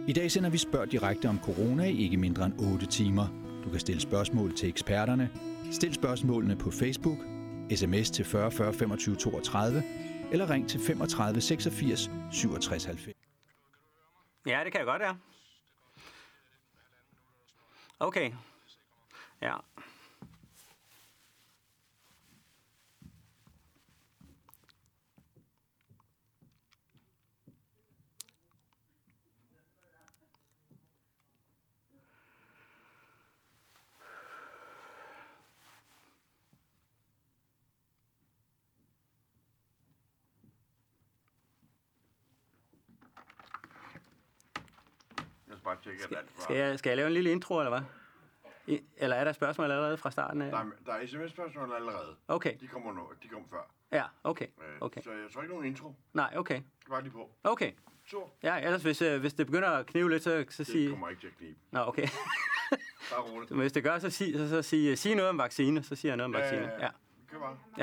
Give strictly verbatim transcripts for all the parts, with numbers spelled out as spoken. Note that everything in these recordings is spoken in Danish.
I dag sender vi Spørg direkte om corona i ikke mindre end otte timer. Du kan stille spørgsmål til eksperterne. Stil spørgsmålene på Facebook, sms til fyrre fyrre femogtyve toogtredive eller ring til femogtredive seksogfirs syvogtres halvfems. Ja, det kan jeg godt, ja. Okay. Ja. Skal, skal, jeg, skal jeg lave en lille intro, eller hvad? I, eller er der spørgsmål allerede fra starten af? Der er, der er sms-spørgsmål allerede. Okay. De kommer, nu, de kommer før. Ja, okay. okay. Så jeg tror ikke nogen intro. Nej, okay. Bare lige på. Okay. Så. Ja, ellers hvis, øh, hvis det begynder at knive lidt, så, så sige... Det kommer ikke til at knibe. Nå, okay. Bare roligt. Hvis det gør, så sig, så, så sig, sig noget om vaccine. Så siger jeg noget om vaccine. Ja, ja. Kør bare. Ja.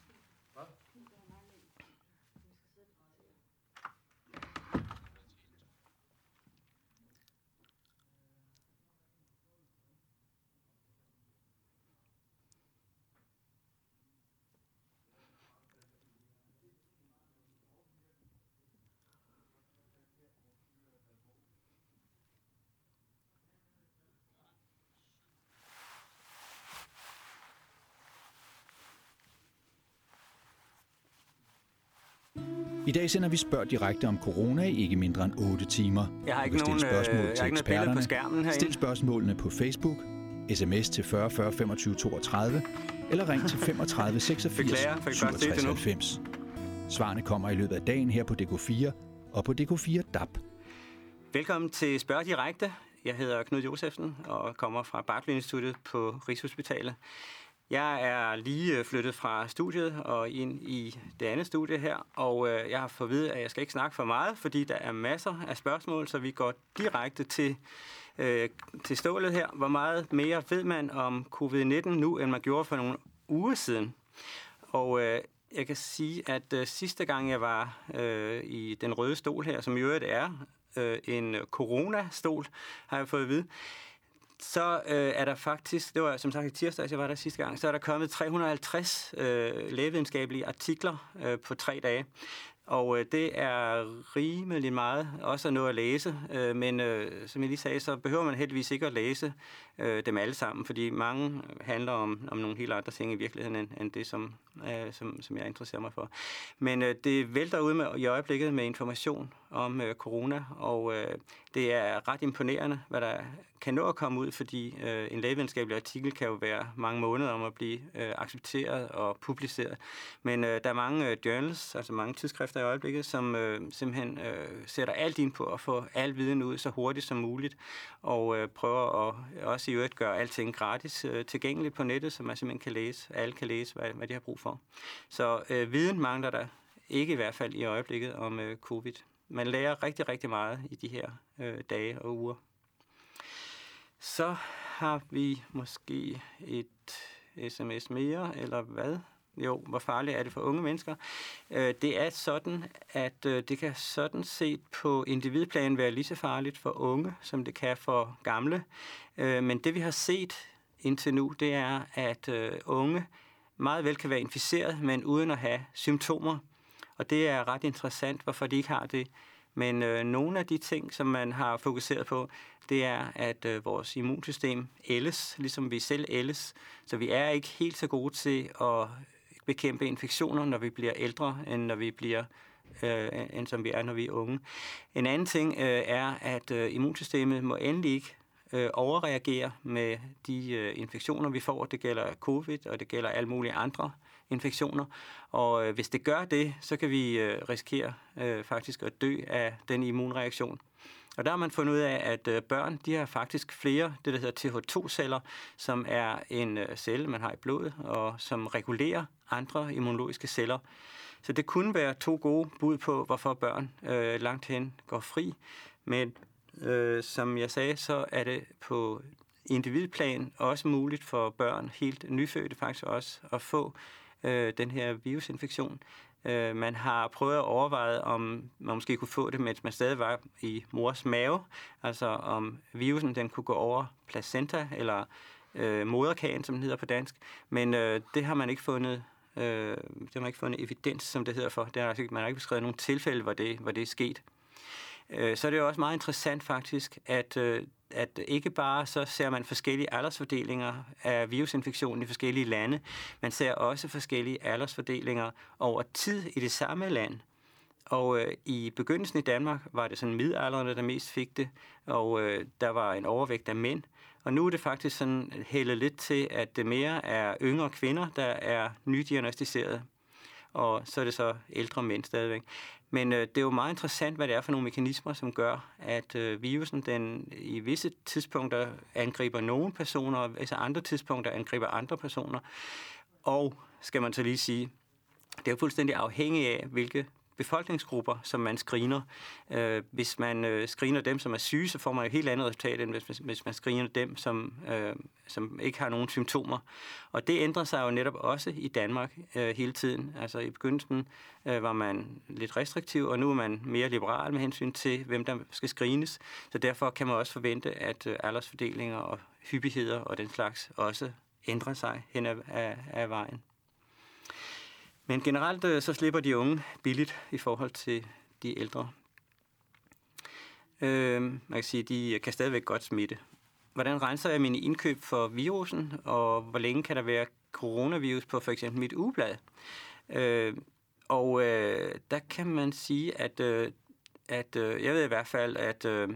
I dag sender vi Spørg direkte om corona i ikke mindre end otte timer. Jeg har ikke du kan stille nogen, spørgsmål øh, til ikke eksperterne. På skærmen Stil spørgsmålene på Facebook, sms til fyrre fyrre femogtyve toogtredive eller ring til femogtredive seksogfirs syvogtres halvfems. Svarene kommer i løbet af dagen her på D K fire og på D K fire D A B. Velkommen til Spørg direkte. Jeg hedder Knud Josefsen og kommer fra Barclay Instituttet på Rigshospitalet. Jeg er lige flyttet fra studiet og ind i det andet studie her, og jeg har fået at vide, at jeg skal ikke snakke for meget, fordi der er masser af spørgsmål, så vi går direkte til, øh, til stålet her. Hvor meget mere ved man om covid nitten nu, end man gjorde for nogle uger siden? Og øh, jeg kan sige, at øh, sidste gang jeg var øh, i den røde stol her, som i øvrigt er øh, en coronastol, har jeg fået at vide, så øh, er der faktisk, det var som sagt i tirsdags, jeg var der sidste gang, så er der kommet tre hundrede og halvtreds øh, lægevidenskabelige artikler øh, på tre dage. Og øh, det er rimelig meget også at nå at læse, øh, men øh, som jeg lige sagde, så behøver man heldigvis ikke at læse øh, dem alle sammen, fordi mange handler om, om nogle helt andre ting i virkeligheden, end, end det, som, øh, som, som jeg interesserer mig for. Men øh, det vælter ud med, i øjeblikket med information om øh, corona, og øh, det er ret imponerende, hvad der kan nå at komme ud, fordi øh, en lægevidenskabelig artikel kan jo være mange måneder om at blive øh, accepteret og publiceret. Men øh, der er mange øh, journals, altså mange tidsskrifter i øjeblikket, som øh, simpelthen øh, sætter alt ind på at få al viden ud så hurtigt som muligt, og øh, prøver at også i øvrigt gøre alting gratis øh, tilgængeligt på nettet, så man simpelthen kan læse, alle kan læse, hvad, hvad de har brug for. Så øh, viden mangler der ikke i hvert fald i øjeblikket om øh, covid. Man lærer rigtig, rigtig meget i de her øh, dage og uger. Så har vi måske et sms mere, eller hvad? Jo, hvor farligt er det for unge mennesker? Det er sådan, at det kan sådan set på individplan være lige så farligt for unge, som det kan for gamle. Men det vi har set indtil nu, det er, at unge meget vel kan være inficeret, men uden at have symptomer. Og det er ret interessant, hvorfor de ikke har det. Men øh, nogle af de ting, som man har fokuseret på, det er, at øh, vores immunsystem ældes, ligesom vi selv ældes. Så vi er ikke helt så gode til at bekæmpe infektioner, når vi bliver ældre, end når vi bliver, øh, end som vi er, når vi er unge. En anden ting øh, er, at øh, immunsystemet må endelig ikke øh, overreagere med de øh, infektioner, vi får. Det gælder covid, og det gælder alle mulige andre infektioner. Og øh, hvis det gør det, så kan vi øh, risikere øh, faktisk at dø af den immunreaktion. Og der har man fundet ud af, at øh, børn, de har faktisk flere, det der hedder T H to celler, som er en øh, celle, man har i blodet, og som regulerer andre immunologiske celler. Så det kunne være to gode bud på, hvorfor børn øh, langt hen går fri. Men øh, som jeg sagde, så er det på individplan også muligt for børn, helt nyfødte faktisk også, at få øh, den her virusinfektion. Øh, man har prøvet at overveje, om man måske kunne få det, mens man stadig var i mors mave. Altså om virusen den kunne gå over placenta, eller øh, moderkagen, som den hedder på dansk. Men øh, det har man ikke fundet, øh, det har man ikke fundet evidens, som det hedder for. Det er altså, man har ikke beskrevet nogen tilfælde, hvor det, hvor det er sket. Øh, så er det jo også meget interessant faktisk, at øh, at ikke bare så ser man forskellige aldersfordelinger af virusinfektionen i forskellige lande, man ser også forskellige aldersfordelinger over tid i det samme land. Og øh, i begyndelsen i Danmark var det sådan midaldrende, der mest fik det, og øh, der var en overvægt af mænd. Og nu er det faktisk sådan hældet lidt til, at det mere er yngre kvinder, der er nydiagnostiseret. Og så er det så ældre mænd stadigvæk. Men øh, det er jo meget interessant, hvad det er for nogle mekanismer, som gør, at øh, virusen den i visse tidspunkter angriber nogle personer, og visse andre tidspunkter angriber andre personer. Og, skal man så lige sige, det er jo fuldstændig afhængigt af, hvilke befolkningsgrupper, som man screener. Øh, hvis man øh, screener dem, som er syge, så får man et helt andet resultat, end hvis, hvis man screener dem, som, øh, som ikke har nogen symptomer. Og det ændrer sig jo netop også i Danmark øh, hele tiden. Altså i begyndelsen øh, var man lidt restriktiv, og nu er man mere liberal med hensyn til, hvem der skal screenes. Så derfor kan man også forvente, at øh, aldersfordelinger og hyppigheder og den slags også ændrer sig hen ad, af, af vejen. Men generelt så slipper de unge billigt i forhold til de ældre. Øh, man kan sige, at de kan stadigvæk godt smitte. Hvordan renser jeg mine indkøb for virusen, og hvor længe kan der være coronavirus på for eksempel mit ugeblad? Øh, og øh, der kan man sige, at, øh, at øh, jeg ved i hvert fald, at øh,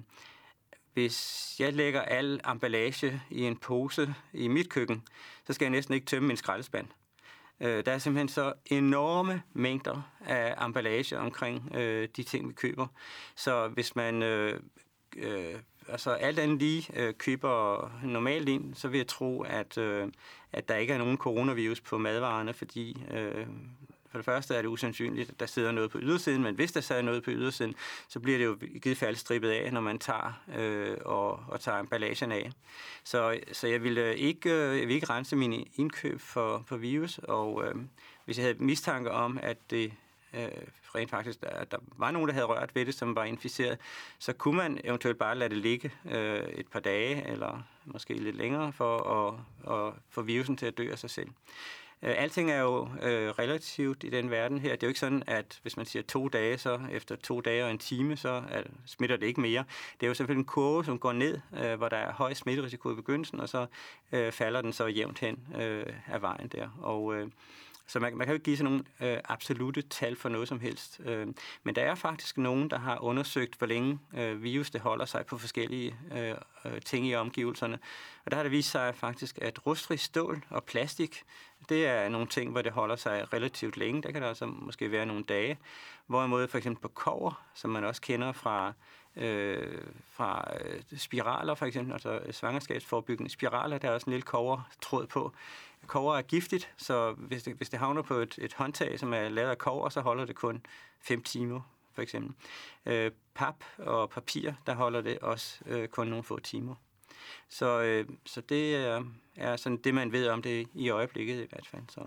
hvis jeg lægger al emballage i en pose i mit køkken, så skal jeg næsten ikke tømme min skraldespand. Der er simpelthen så enorme mængder af emballage omkring øh, de ting, vi køber. Så hvis man øh, øh, altså alt andet lige øh, køber normalt ind, så vil jeg tro, at, øh, at der ikke er nogen coronavirus på madvarerne, fordi øh, for det første er det usandsynligt, at der sidder noget på ydersiden, men hvis der sidder noget på ydersiden, så bliver det jo i givet fald strippet af, når man tager øh, og, og tager emballagen af. Så, så jeg ville ikke, jeg vil ikke rense mine indkøb for, for virus, og øh, hvis jeg havde mistanke om, at det øh, rent faktisk, at der var nogen, der havde rørt ved det, som var inficeret, så kunne man eventuelt bare lade det ligge øh, et par dage, eller måske lidt længere, for at, at få virusen til at dø af sig selv. Alting er jo øh, relativt i den verden her. Det er jo ikke sådan, at hvis man siger to dage, så efter to dage og en time, så er, smitter det ikke mere. Det er jo selvfølgelig en kurve, som går ned, øh, hvor der er høj smitterisiko i begyndelsen, og så øh, falder den så jævnt hen øh, af vejen der. Og øh, så man, man kan jo ikke give sådan nogle øh, absolute tal for noget som helst. Øh, men der er faktisk nogen, der har undersøgt, hvor længe øh, virus det holder sig på forskellige øh, øh, ting i omgivelserne. Og der har det vist sig faktisk, at rustfri stål og plastik, det er nogle ting, hvor det holder sig relativt længe. Der kan der altså måske være nogle dage. Hvorimod for eksempel på kobber, som man også kender fra, øh, fra øh, spiraler for eksempel, altså svangerskabsforebyggende spiraler, der er også en lille kobbertråd på. Kobber er giftigt, så hvis det, hvis det havner på et, et håndtag, som er lavet af kobber, så holder det kun fem timer, for eksempel. Øh, pap og papir, der holder det også øh, kun nogle få timer. Så, øh, så det er, er sådan det, man ved om det i øjeblikket i hvert fald. Så.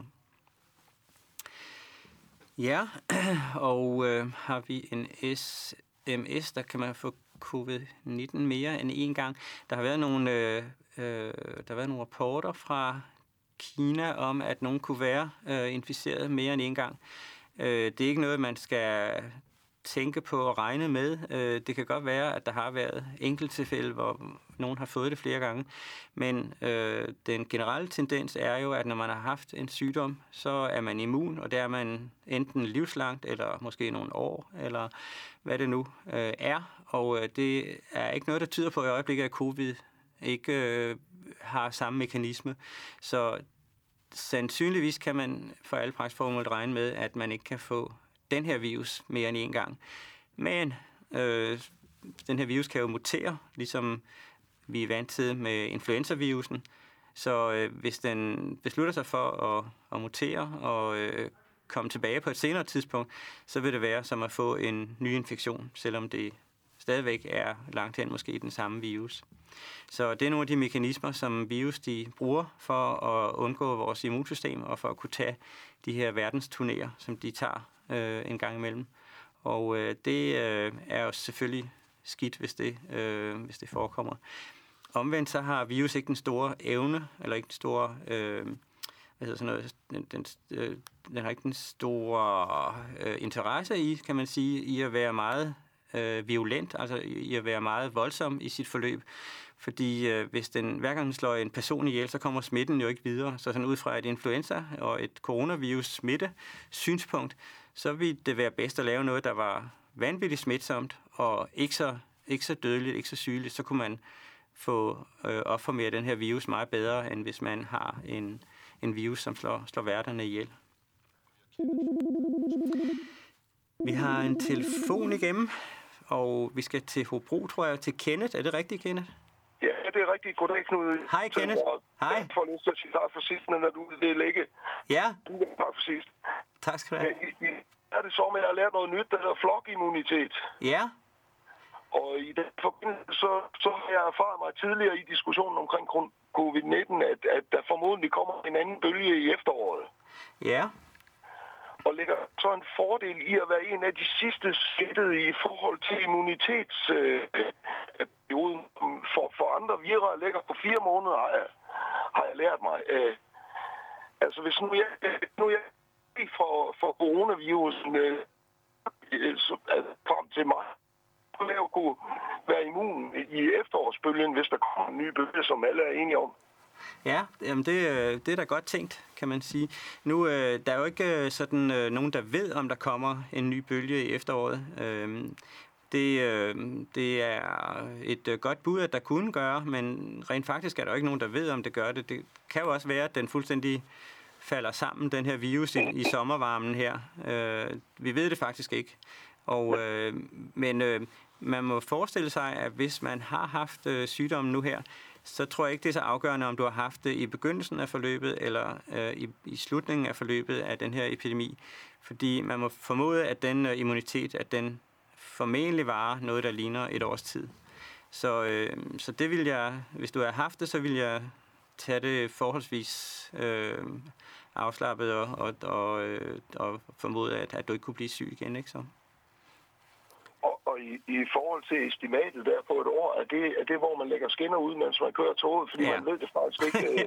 Ja, og øh, har vi en S M S, der kan man få covid nitten mere end en gang. Der har været nogle, øh, øh, der har været nogle rapporter fra Kina om, at nogen kunne være øh, inficeret mere end en gang. Øh, det er ikke noget, man skal tænke på og regne med. Øh, det kan godt være, at der har været enkelte tilfælde, hvor nogen har fået det flere gange. Men øh, den generelle tendens er jo, at når man har haft en sygdom, så er man immun, og der er man enten livslangt, eller måske nogle år, eller hvad det nu øh, er. Og øh, det er ikke noget, der tyder på i øjeblikket, at covid ikke øh, har samme mekanisme. Så sandsynligvis kan man for alle praksisformål regne med, at man ikke kan få den her virus mere end en gang. Men øh, den her virus kan jo mutere, ligesom vi er vant til med influenzavirusen. Så øh, hvis den beslutter sig for at, at mutere og øh, komme tilbage på et senere tidspunkt, så vil det være som at få en ny infektion, selvom det stadigvæk er langt hen måske den samme virus. Så det er nogle af de mekanismer, som virus de bruger for at undgå vores immunsystem og for at kunne tage de her verdensturnéer, som de tager øh, en gang imellem. Og øh, det øh, er jo selvfølgelig skidt, hvis det, øh, hvis det forekommer. Omvendt så har virus ikke den store evne, eller ikke den store, øh, hvad hedder sådan noget, den, den, øh, den har ikke den store øh, interesse i, kan man sige, i at være meget øh, violent, altså i at være meget voldsom i sit forløb. Fordi øh, hvis den, hver gang den slår en person ihjel, så kommer smitten jo ikke videre. Så sådan ud fra et influenza og et coronavirus smitte synspunkt, så vil det være bedst at lave noget, der var vanvittigt smitsomt og ikke så, ikke så dødeligt, ikke så sygeligt. Så kunne man få øh, opformeret den her virus meget bedre, end hvis man har en, en virus, som slår, slår værterne ihjel. Vi har en telefon igennem, og vi skal til Hobro, tror jeg, til Kenneth. Er det rigtigt, Kenneth? Ja, det er rigtigt. Goddag, Knud. Hej, Kenneth. Hej. Jeg får lyst til at sige tak for sidst, når du vil lægge. Ja. Tak for sidst. Tak skal du have. Ja, i, i, er det så, at jeg har lært noget nyt, der hedder flokimmunitet. Ja. Og i den forbindelse, så, så har jeg erfaret mig tidligere i diskussionen omkring covid nitten, at, at der formodentlig kommer en anden bølge i efteråret. Ja. Og ligger så en fordel i at være en af de sidste smittede i forhold til immunitetsperioden. Øh, for, for andre virer ligger på fire måneder, har jeg, har jeg lært mig. Øh, altså hvis nu jeg, nu jeg for, for coronavirusen øh, så, altså, frem til mig, så jeg kunne være immun i efterårsbølgen, hvis der kommer en ny bølge, som alle er enige om. Ja, jamen det, det er da godt tænkt, kan man sige. Nu øh, der er jo ikke sådan øh, nogen, der ved, om der kommer en ny bølge i efteråret. Øh, det, øh, det er et øh, godt bud, at der kunne gøre, men rent faktisk er der jo ikke nogen, der ved, om det gør det. Det kan jo også være, at den fuldstændig falder sammen, den her virus, i, i sommervarmen her. Øh, vi ved det faktisk ikke. Og, øh, men øh, man må forestille sig, at hvis man har haft øh, sygdommen nu her, så tror jeg ikke, det er så afgørende, om du har haft det i begyndelsen af forløbet eller øh, i, i slutningen af forløbet af den her epidemi. Fordi man må formode, at den øh, immunitet, at den formentlig varer noget, der ligner et års tid. Så, øh, så det vil jeg, hvis du har haft det, så vil jeg tage det forholdsvis øh, afslappet og, og, og, øh, og formode, at, at du ikke kunne blive syg igen, ikke så? Og, og i, i forhold til estimatet der på et år, er det, er det hvor man lægger skinner ud, mens man kører toget, fordi ja. man ved det faktisk ikke.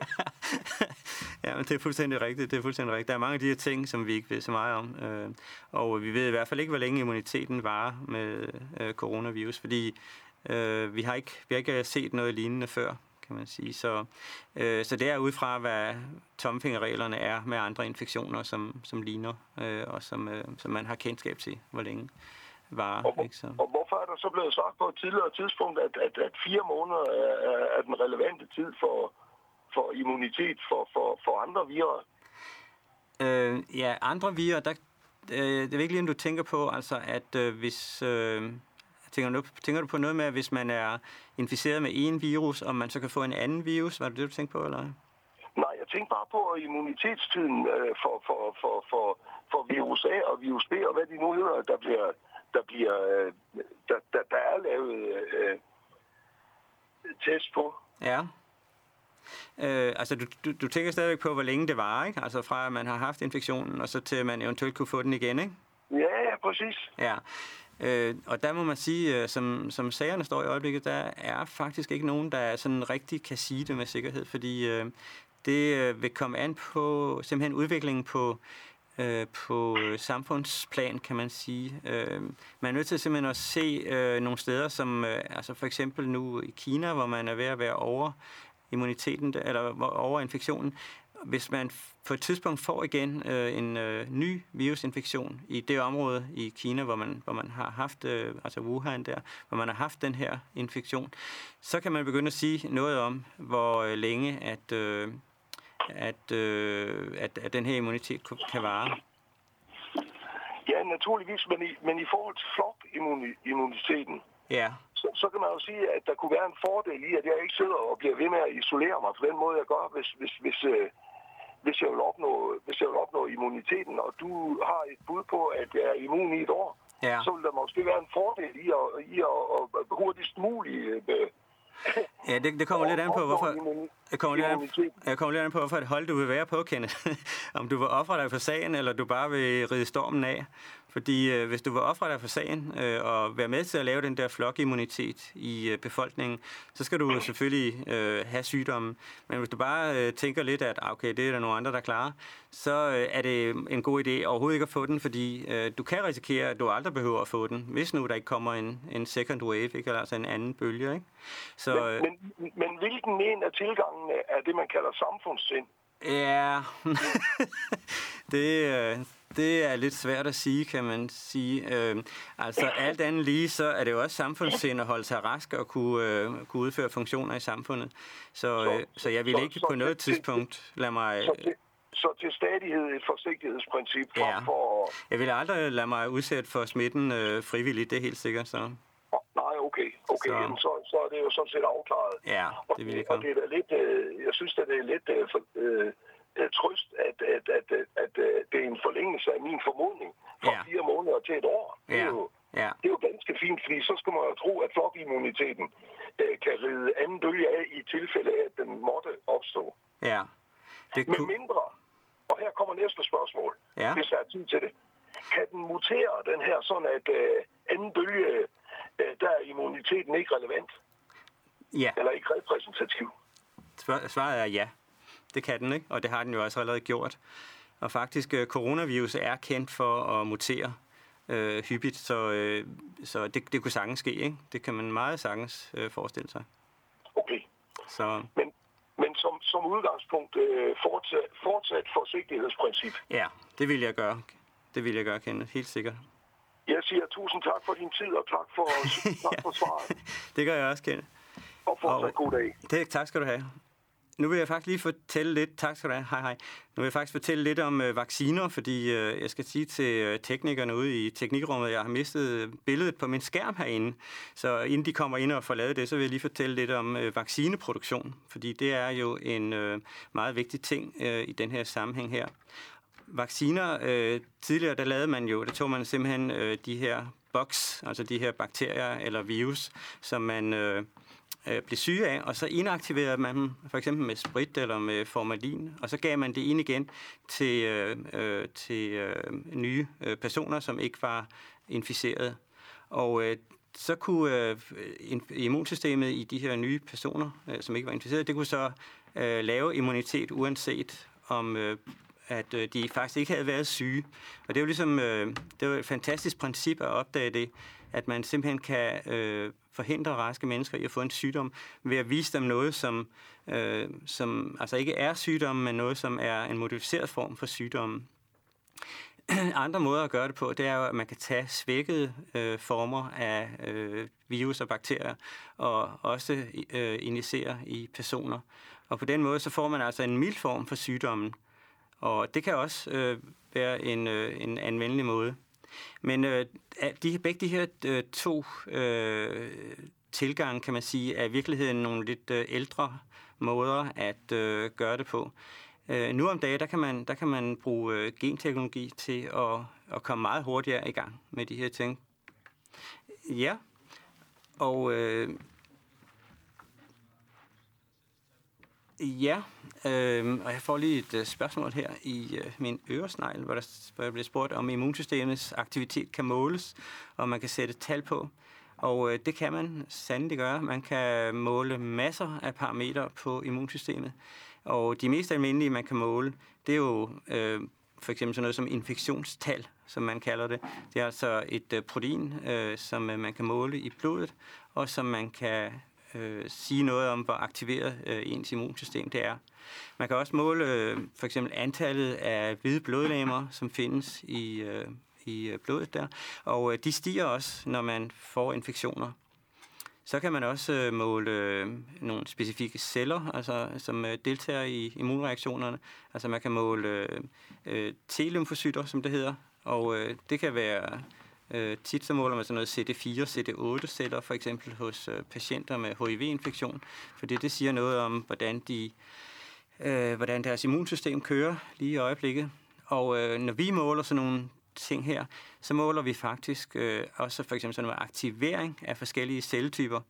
Ja, men det er fuldstændig rigtigt. Det er fuldstændig rigtigt. Der er mange af de her ting, som vi ikke ved så meget om. Øh, og vi ved i hvert fald ikke, hvor længe immuniteten varer med øh, coronavirus, fordi øh, vi har ikke vi har ikke set noget lignende før, kan man sige. Så, øh, så det er ud fra, hvad tommelfingerreglerne er med andre infektioner, som, som ligner, øh, og som, øh, som man har kendskab til, hvor længe varer. Og, ikke så? og hvorfor er der så blevet sagt på et tidligere tidspunkt, at, at, at fire måneder er, er den relevante tid for, for immunitet for, for, for andre virer? Øh, ja, andre virer, der, øh, det er virkelig, om du tænker på, altså at øh, hvis... Øh, tænker, du, tænker du på noget med, at hvis man er inficeret med en virus, og man så kan få en anden virus? Var det det, du tænkte på, eller? Nej, jeg tænkte bare på immunitetstiden øh, for, for, for, for, for virus A og virus B, og hvad de nu hedder, der bliver... Der, bliver, der, der, der er lavet øh, test på. Ja. Øh, altså, du, du, du tænker stadigvæk på, hvor længe det var, ikke? Altså fra, at man har haft infektionen, og så til, at man eventuelt kunne få den igen, ikke? Ja, ja, præcis. Ja. Øh, og der må man sige, som, som sagerne står i øjeblikket, der er faktisk ikke nogen, der sådan rigtig kan sige det med sikkerhed, fordi øh, det øh, vil komme an på simpelthen udviklingen på Øh, på samfundsplan, kan man sige. Øh, man er nødt til simpelthen at se øh, nogle steder, som øh, altså for eksempel nu i Kina, hvor man er ved at være over immuniteten, eller over infektionen. Hvis man på et tidspunkt får igen øh, en øh, ny virusinfektion i det område i Kina, hvor man, hvor man har haft, øh, altså Wuhan der, hvor man har haft den her infektion, så kan man begynde at sige noget om, hvor øh, længe at øh, At, øh, at, at den her immunitet kan vare? Ja, naturligvis, men i, men i forhold til flokimmuniteten, ja. så, så kan man jo sige, at der kunne være en fordel i, at jeg ikke sidder og bliver ved med at isolere mig på den måde, jeg gør, hvis, hvis, hvis, øh, hvis, jeg, vil opnå, hvis jeg vil opnå immuniteten, og du har et bud på, at jeg er immun i et år, ja. så vil der måske være en fordel i at, i at, at hurtigst muligt øh, Ja, det, det kommer og, lidt an på, hvorfor... Jeg kommer, lidt an, jeg kommer lidt an på, hvorfor et hold du vil være på, Kenneth. Om du vil ofre dig for sagen, eller du bare vil ride stormen af. Fordi øh, hvis du vil ofre dig for sagen øh, og være med til at lave den der flokimmunitet i øh, befolkningen, så skal du selvfølgelig øh, have sygdommen. Men hvis du bare øh, tænker lidt, at okay, det er der nogle andre, der klarer, så øh, er det en god idé overhovedet ikke at få den, fordi øh, du kan risikere, at du aldrig behøver at få den, hvis nu der ikke kommer en, en second wave, ikke? Altså en anden bølge. Ikke? Så, øh, men, men, men hvilken en af tilgangene er det, man kalder samfundssind? Ja, det, det er lidt svært at sige, kan man sige. Øh, altså alt andet lige, så er det jo også samfundssind at holde sig rask og kunne, øh, kunne udføre funktioner i samfundet. Så, øh, så jeg vil ikke på noget tidspunkt lade mig... Så til, så til stadighed et forsigtighedsprincip frem ja. for... Jeg vil aldrig lade mig udsætte for smitten øh, frivilligt, det er helt sikkert så. Nej, okay. okay. Så. Jamen, så, så er det jo sådan set afklaret. Ja, det vil jeg og, og det er da lidt, øh, jeg synes, at det er lidt øh, for, øh, trøst, at, at, at, at, at det er en forlængelse af min formodning fra ja. fire måneder til et år. Det er, ja. jo, ja. det er jo ganske fint, fordi så skal man jo tro, at flokimmuniteten øh, kan ride anden bølge af i tilfælde af, at den måtte opstå. Ja. Det Men mindre, og her kommer næste spørgsmål, ja. hvis der er tid til det. Kan den mutere, den her, sådan at øh, anden bølge... der er immuniteten ikke relevant? Ja. Eller ikke repræsentativ? Svaret er ja. Det kan den, ikke? Og det har den jo også allerede gjort. Og faktisk, coronavirus er kendt for at mutere øh, hyppigt, så, øh, så det, det kunne sagtens ske, ikke? Det kan man meget sagtens øh, forestille sig. Okay. Så. Men, men som, som udgangspunkt øh, fortsat, fortsat forsigtighedsprincip? Ja, det vil jeg gøre. Det vil jeg gøre, Kenneth. Helt sikkert. Jeg siger tusind tak for din tid, og tak for, tak for svaret. Det gør jeg også, Kenneth. Og fortsat og god dag. Det, tak skal du have. Nu vil jeg faktisk lige fortælle lidt, tak skal du have, hej hej. Nu vil jeg faktisk fortælle lidt om øh, vacciner, fordi øh, jeg skal sige til øh, teknikerne ude i teknikrummet, at jeg har mistet billedet på min skærm herinde. Så inden de kommer ind og får lavet det, så vil jeg lige fortælle lidt om øh, vaccineproduktion, fordi det er jo en øh, meget vigtig ting øh, i den her sammenhæng her. Vacciner, øh, tidligere der lavede man jo, der tog man simpelthen øh, de her bugs, altså de her bakterier eller virus, som man øh, øh, blev syge af, og så inaktiverede man dem, for eksempel med sprit eller med formalin, og så gav man det ind igen til, øh, øh, til øh, nye øh, personer, som ikke var inficeret. Og øh, så kunne øh, immunsystemet i de her nye personer, øh, som ikke var inficeret, det kunne så øh, lave immunitet uanset om øh, at de faktisk ikke havde været syge. Og det er jo ligesom, øh, det er jo et fantastisk princip at opdage det, at man simpelthen kan øh, forhindre raske mennesker i at få en sygdom ved at vise dem noget, som, øh, som altså ikke er sygdom, men noget, som er en modificeret form for sygdommen. Andre måder at gøre det på, det er jo, at man kan tage svækkede øh, former af øh, virus og bakterier og også øh, injicere i personer. Og på den måde, så får man altså en mild form for sygdommen. Og det kan også øh, være en, øh, en anvendelig måde. Men øh, de, begge de her øh, to øh, tilgange, kan man sige, er i virkeligheden nogle lidt øh, ældre måder at øh, gøre det på. Øh, nu om dagen, der kan man, der kan man bruge øh, genteknologi til at, at komme meget hurtigere i gang med de her ting. Ja, og... Øh, Ja, øh, og jeg får lige et uh, spørgsmål her i uh, min øresnegl, hvor, der, hvor jeg bliver spurgt, om immunsystemets aktivitet kan måles, og man kan sætte tal på. Og uh, det kan man sandelig gøre. Man kan måle masser af parametre på immunsystemet. Og de mest almindelige, man kan måle, det er jo øh, for eksempel sådan noget som infektionstal, som man kalder det. Det er altså et uh, protein, øh, som uh, man kan måle i blodet, og som man kan øh, sige noget om, hvor aktiveret øh, ens immunsystem det er. Man kan også måle øh, for eksempel antallet af hvide blodlegemer, som findes i, øh, i blodet der, og øh, de stiger også, når man får infektioner. Så kan man også øh, måle øh, nogle specifikke celler, altså, som øh, deltager i immunreaktionerne. Altså man kan måle øh, T-lymfocytter, som det hedder, og øh, det kan være... Øh, tit så måler man sådan noget C D fire, C D otte celler, for eksempel hos øh, patienter med H I V-infektion, fordi det siger noget om, hvordan, de, øh, hvordan deres immunsystem kører lige i øjeblikket. Og øh, når vi måler sådan nogle ting her, så måler vi faktisk øh, også for eksempel sådan noget aktivering af forskellige celletyper.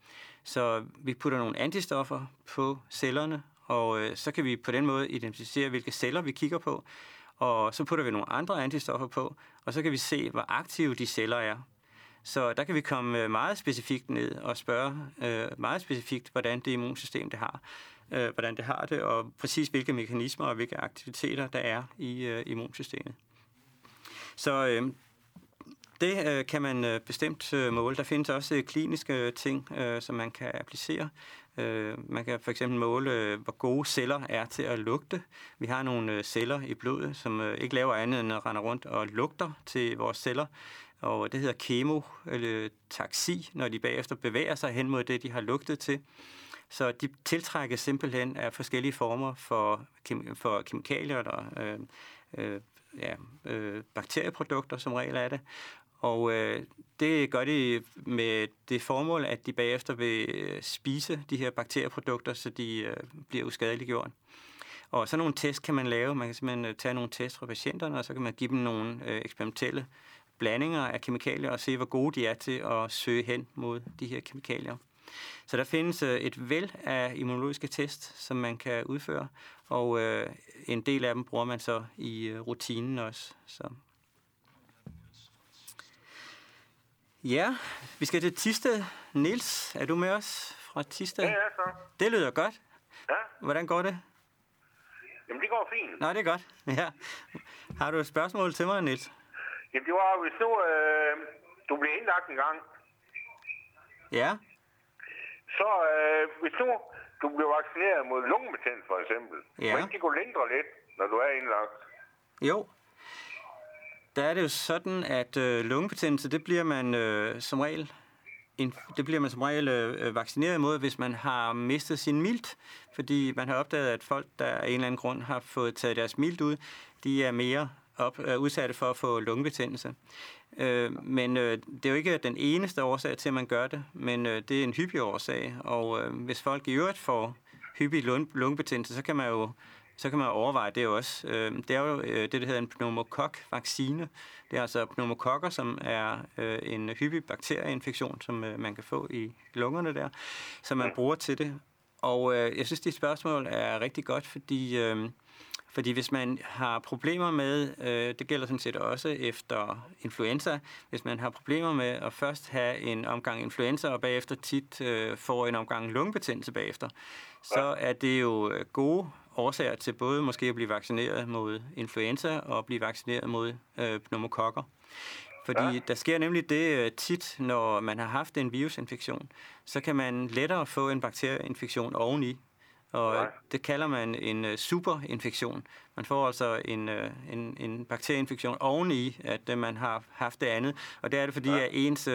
Så vi putter nogle antistoffer på cellerne, og øh, så kan vi på den måde identificere, hvilke celler vi kigger på. Og så putter vi nogle andre antistoffer på, og så kan vi se, hvor aktive de celler er. Så der kan vi komme meget specifikt ned og spørge øh, meget specifikt, hvordan det immunsystem det har, øh, hvordan det har det, og præcis hvilke mekanismer og hvilke aktiviteter der er i øh, immunsystemet. Så øh, det øh, kan man øh, bestemt øh, måle. Der findes også øh, kliniske ting, øh, som man kan applicere. Øh, man kan for eksempel måle, øh, hvor gode celler er til at lugte. Vi har nogle øh, celler i blodet, som øh, ikke laver andet end at rende rundt og lugter til vores celler. Og det hedder kemotaxi, når de bagefter bevæger sig hen mod det, de har lugtet til. Så de tiltrækkes simpelthen af forskellige former for, kem- for kemikalier eller øh, øh, ja, øh, bakterieprodukter, som regel er det. Og øh, det gør de med det formål, at de bagefter vil spise de her bakterieprodukter, så de øh, bliver uskadeliggjort. Og sådan nogle test kan man lave. Man kan simpelthen tage nogle test fra patienterne, og så kan man give dem nogle øh, eksperimentelle blandinger af kemikalier og se, hvor gode de er til at søge hen mod de her kemikalier. Så der findes øh, et væld af immunologiske test, som man kan udføre, og øh, en del af dem bruger man så i øh, rutinen også. Så. Ja, vi skal til Thisted. Niels, er du med os fra Thisted? Ja, ja, så. Det lyder godt. Ja. Hvordan går det? Jamen, det går fint. Nej, det er godt. Ja. Har du et spørgsmål til mig, Niels? Jamen, det var, hvis nu øh, du blev indlagt en gang, Ja. så øh, hvis nu du blev vaccineret mod lungebetændelse, for eksempel, Ja. må ikke det gå lindre lidt, når du er indlagt? Jo. Der er det jo sådan, at øh, lungebetændelse, det bliver man øh, som regel en, det bliver man som regel øh, vaccineret imod, hvis man har mistet sin milt, fordi man har opdaget, at folk, der af en eller anden grund har fået taget deres milt ud, de er mere op, øh, udsatte for at få lungebetændelse. Øh, men øh, det er jo ikke den eneste årsag til, at man gør det, men øh, det er en hyppig årsag, og øh, hvis folk i øvrigt får hyppig lungebetændelse, så kan man jo så kan man overveje det også. Det er jo det, der hedder en pneumokok-vaccine. Det er altså pneumokokker, som er en hyppig bakterieinfektion, som man kan få i lungerne der, som man bruger til det. Og jeg synes, dit spørgsmål er rigtig godt, fordi, fordi hvis man har problemer med, det gælder sådan set også efter influenza, hvis man har problemer med at først have en omgang influenza, og bagefter tit får en omgang lungebetændelse bagefter, så er det jo gode årsager til både måske at blive vaccineret mod influenza og blive vaccineret mod øh, pneumokokker. Fordi ja. Der sker nemlig det tit, når man har haft en virusinfektion, så kan man lettere få en bakterieinfektion oveni. Og ja. Det kalder man en uh, superinfektion. Man får altså en, uh, en, en bakterieinfektion oveni, at uh, man har haft det andet. Og det er det, fordi ja. at ens, uh,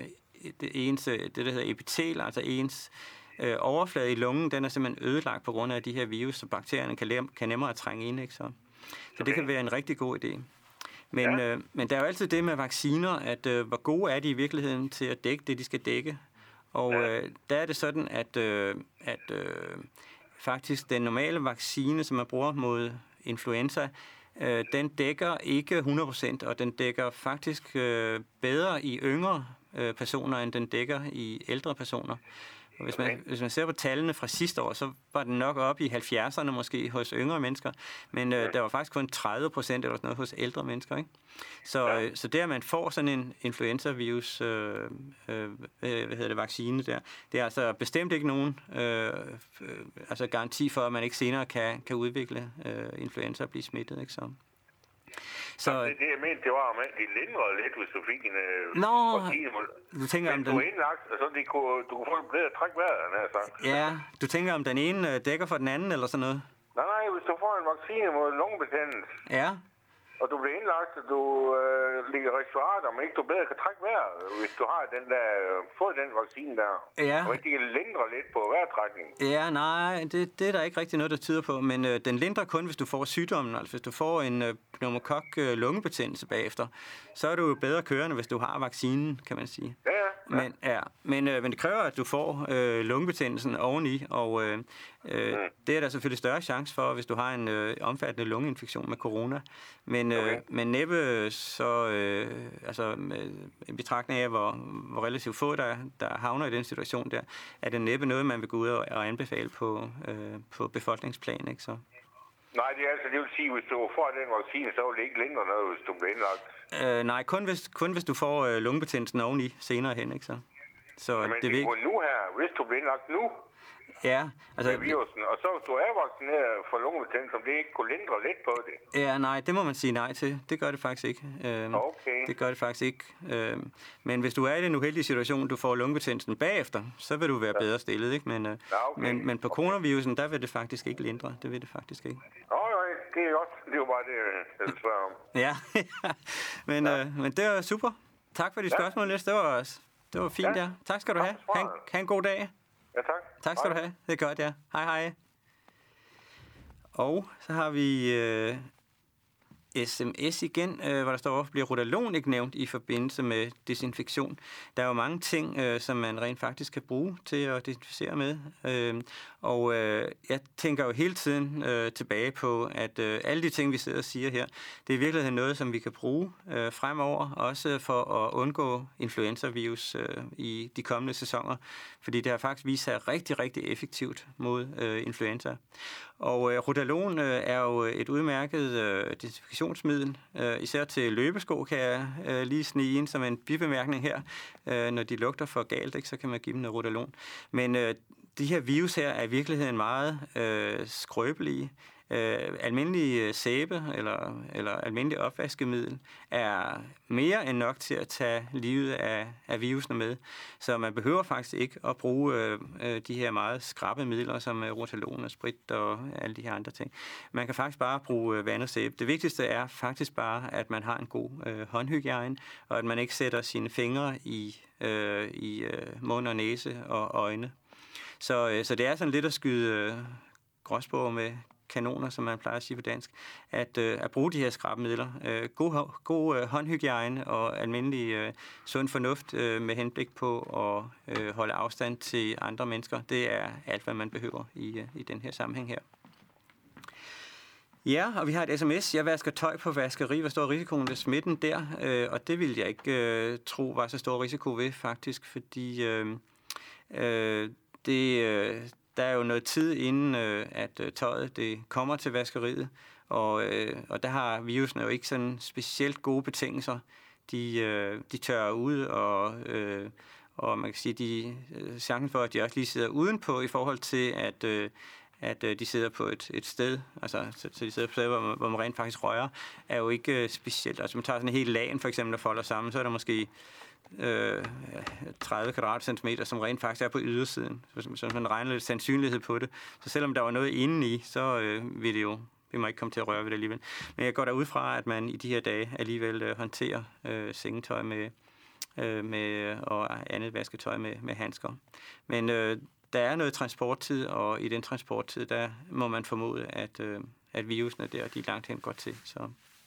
det, ens, det, der hedder epitel, altså ens Øh, overflade i lungen, den er simpelthen ødelagt på grund af de her virus, så bakterierne kan, lem- kan nemmere trænge ind. Ikke? Så, så okay. Det kan være en rigtig god idé. Men, ja. øh, men der er jo altid det med vacciner, at øh, hvor gode er de i virkeligheden til at dække det, de skal dække. Og øh, der er det sådan, at, øh, at øh, faktisk den normale vaccine, som man bruger mod influenza, øh, den dækker ikke hundrede procent, og den dækker faktisk øh, bedre i yngre øh, personer, end den dækker i ældre personer. Og hvis man, hvis man ser på tallene fra sidste år, så var den nok oppe i halvfjerdserne måske hos yngre mennesker, men øh, der var faktisk kun tredive procent eller sådan noget hos ældre mennesker. Ikke? Så, øh, så der man får sådan en influenza-virus, øh, øh, hvad hedder det, vaccine der, det er altså bestemt ikke nogen øh, øh, altså garanti for, at man ikke senere kan, kan udvikle øh, influenza og blive smittet. Ikke? Så. Så det, det, jeg mente, det var, at de lindrede lidt, hvis du fik en... Nå, vaccine. du tænker om den... du er indlagt, så de kunne, du kunne få en bedre træk vejret, han har sagt. Ja, du tænker om den ene dækker for den anden, eller sådan noget? Nej, nej, hvis du får en vaccine mod lungebetændelse, ja. og du bliver indlagt, og du øh, ligger i respirator, men ikke du bedre kan trække vejret, hvis du har den der, fået den vaccine der. Ja. Og ikke kan lindre lidt på vejrtrækning. Ja, nej, det, det er der ikke rigtig noget, der tyder på, men øh, den lindrer kun, hvis du får sygdommen. Altså hvis du får en øh, pneumokok øh, lungebetændelse bagefter, så er du jo bedre kørende, hvis du har vaccinen, kan man sige. Ja, ja. Men, ja, men, øh, men det kræver, at du får øh, lungebetændelsen oveni, og øh, øh, mm. det er der selvfølgelig større chance for, hvis du har en øh, omfattende lungeinfektion med corona. Men, øh, okay. men næppe så, øh, altså en betragtning af, hvor, hvor relativt få, der, der havner i den situation der, er det næppe noget, man vil gå ud og, og anbefale på, øh, på befolkningsplan, ikke så? Nej, det er altså, det vil sige, hvis du får den vaccine, så vil det ikke lindre noget, hvis du bliver indlagt. Øh, nej, kun hvis, kun hvis du får øh, lungebetændelsen oveni senere hen, ikke så? Så men det det vil er nu her, hvis du bliver indlagt nu, ja, altså, med virusen, og så hvis du er vaccineret for lungebetændelse, om det ikke kunne lindre lidt på det. Ja, nej, det må man sige nej til. Det gør det faktisk ikke. Øhm, okay. Det gør det faktisk ikke. Øhm, men hvis du er i den uheldige situation, du får lungebetændelsen bagefter, så vil du være ja. bedre stillet, ikke? Men, øh, ja, okay. men, men på coronavirusen, der vil det faktisk ikke lindre. Det vil det faktisk ikke. Åh, oh, nej, det er godt. Det er jo bare det, jeg vil spørge om. Ja, men, ja. Øh, men det var super. Tak for dit ja. spørgsmål, Niels. Det var, det var fint, ja. ja. Tak skal du have. Ha' en, ha' en god dag. Ja, tak. Tak skal hej. du have. Det er godt, ja. Hej, hej. Og så har vi øh, sms igen, øh, hvor der står, bliver Rodalon ikke nævnt i forbindelse med desinfektion. Der er jo mange ting, øh, som man rent faktisk kan bruge til at desinficere med. Øh, og øh, jeg tænker jo hele tiden øh, tilbage på, at øh, alle de ting, vi sidder og siger her, det er i virkeligheden noget, som vi kan bruge øh, fremover, også for at undgå influenzavirus øh, i de kommende sæsoner. Fordi det har faktisk vist sig rigtig, rigtig effektivt mod øh, influenza. Og øh, Rodalon øh, er jo et udmærket øh, desinfektionsmiddel, øh, især til løbesko, kan jeg øh, lige snige ind som en bibemærkning her. Øh, når de lugter for galt, ikke, så kan man give dem noget Rodalon. Men øh, de her virus her er i virkeligheden meget øh, skrøbelige. Øh, almindelig sæbe eller, eller almindelig opvaskemiddel er mere end nok til at tage livet af, af virusene med. Så man behøver faktisk ikke at bruge øh, de her meget skrappe midler, som Rotalon og sprit og alle de her andre ting. Man kan faktisk bare bruge vand og sæbe. Det vigtigste er faktisk bare, at man har en god øh, håndhygiejne, og at man ikke sætter sine fingre i, øh, i øh, mund og næse og øjne. Så, øh, så det er sådan lidt at skyde øh, gråsbog med kanoner, som man plejer at sige på dansk, at, øh, at bruge de her skrabemidler. Øh, god god øh, håndhygiejne og almindelig øh, sund fornuft øh, med henblik på at øh, holde afstand til andre mennesker. Det er alt, hvad man behøver i, øh, i den her sammenhæng her. Ja, og vi har et sms. Jeg vasker tøj på vaskeri. Hvad står risikoen ved smitten der? Øh, og det ville jeg ikke øh, tro var så stor risiko ved, faktisk, fordi øh, øh, det... Øh, Der er jo noget tid inden, øh, at øh, tøjet det kommer til vaskeriet, og, øh, og der har virusene jo ikke sådan specielt gode betingelser. De, øh, de tørrer ud, og, øh, og man kan sige, de øh, chancen for, at de også lige sidder udenpå i forhold til, at, øh, at øh, de sidder på et, et sted, altså så, så de sidder på et sted, hvor man, hvor man rent faktisk rører, er jo ikke øh, specielt. Altså man tager sådan en hel lagen for eksempel og folder sammen, så er der måske Øh, tredive kvadratcentimeter, som rent faktisk er på ydersiden. Så, så man regner lidt sandsynlighed på det. Så selvom der var noget indeni, så øh, vil det jo, vi må ikke komme til at røre ved det alligevel. Men jeg går derud fra, at man i de her dage alligevel øh, håndterer øh, sengetøj med, øh, med, og andet vasketøj med, med handsker. Men øh, der er noget transporttid, og i den transporttid, der må man formode, at, øh, at virusene der, de langt hen går til. Så.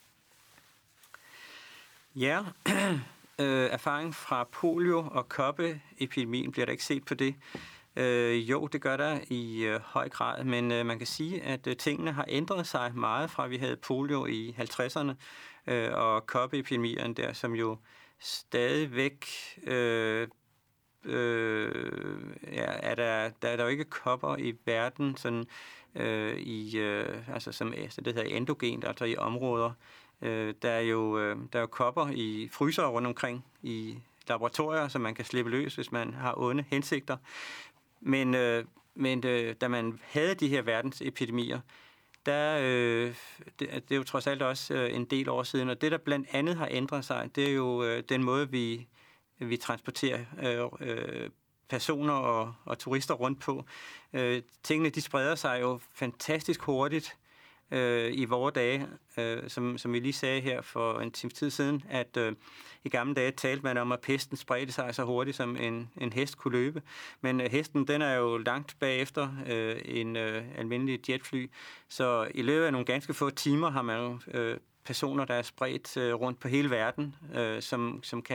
Ja, Øh, erfaring fra polio- og koppeepidemien, bliver der ikke set på det? Øh, jo, det gør der i øh, høj grad, men øh, man kan sige, at øh, tingene har ændret sig meget fra, vi havde polio i halvtredserne, øh, og koppeepidemierne der, som jo stadigvæk øh, øh, ja, er der, der er der jo ikke kopper i verden, sådan, øh, i, øh, altså, som det hedder endogent, altså i områder. Øh, der er jo øh, der er jo kopper i frysere rundt omkring i laboratorier, som man kan slippe løs, hvis man har onde hensigter. Men, øh, men øh, da man havde de her verdensepidemier, der, øh, det, det er jo trods alt også øh, en del år siden, og det, der blandt andet har ændret sig, det er jo øh, den måde, vi, vi transporterer øh, øh, personer og, og turister rundt på. Øh, tingene, de spreder sig jo fantastisk hurtigt øh, i vore dage, øh, som, som vi lige sagde her for en times tid siden, at øh, i gamle dage talte man om, at pesten spredte sig så hurtigt, som en, en hest kunne løbe. Men øh, hesten, den er jo langt bagefter øh, en øh, almindelig jetfly, så i løbet af nogle ganske få timer har man jo øh, personer, der er spredt øh, rundt på hele verden, øh, som, som kan have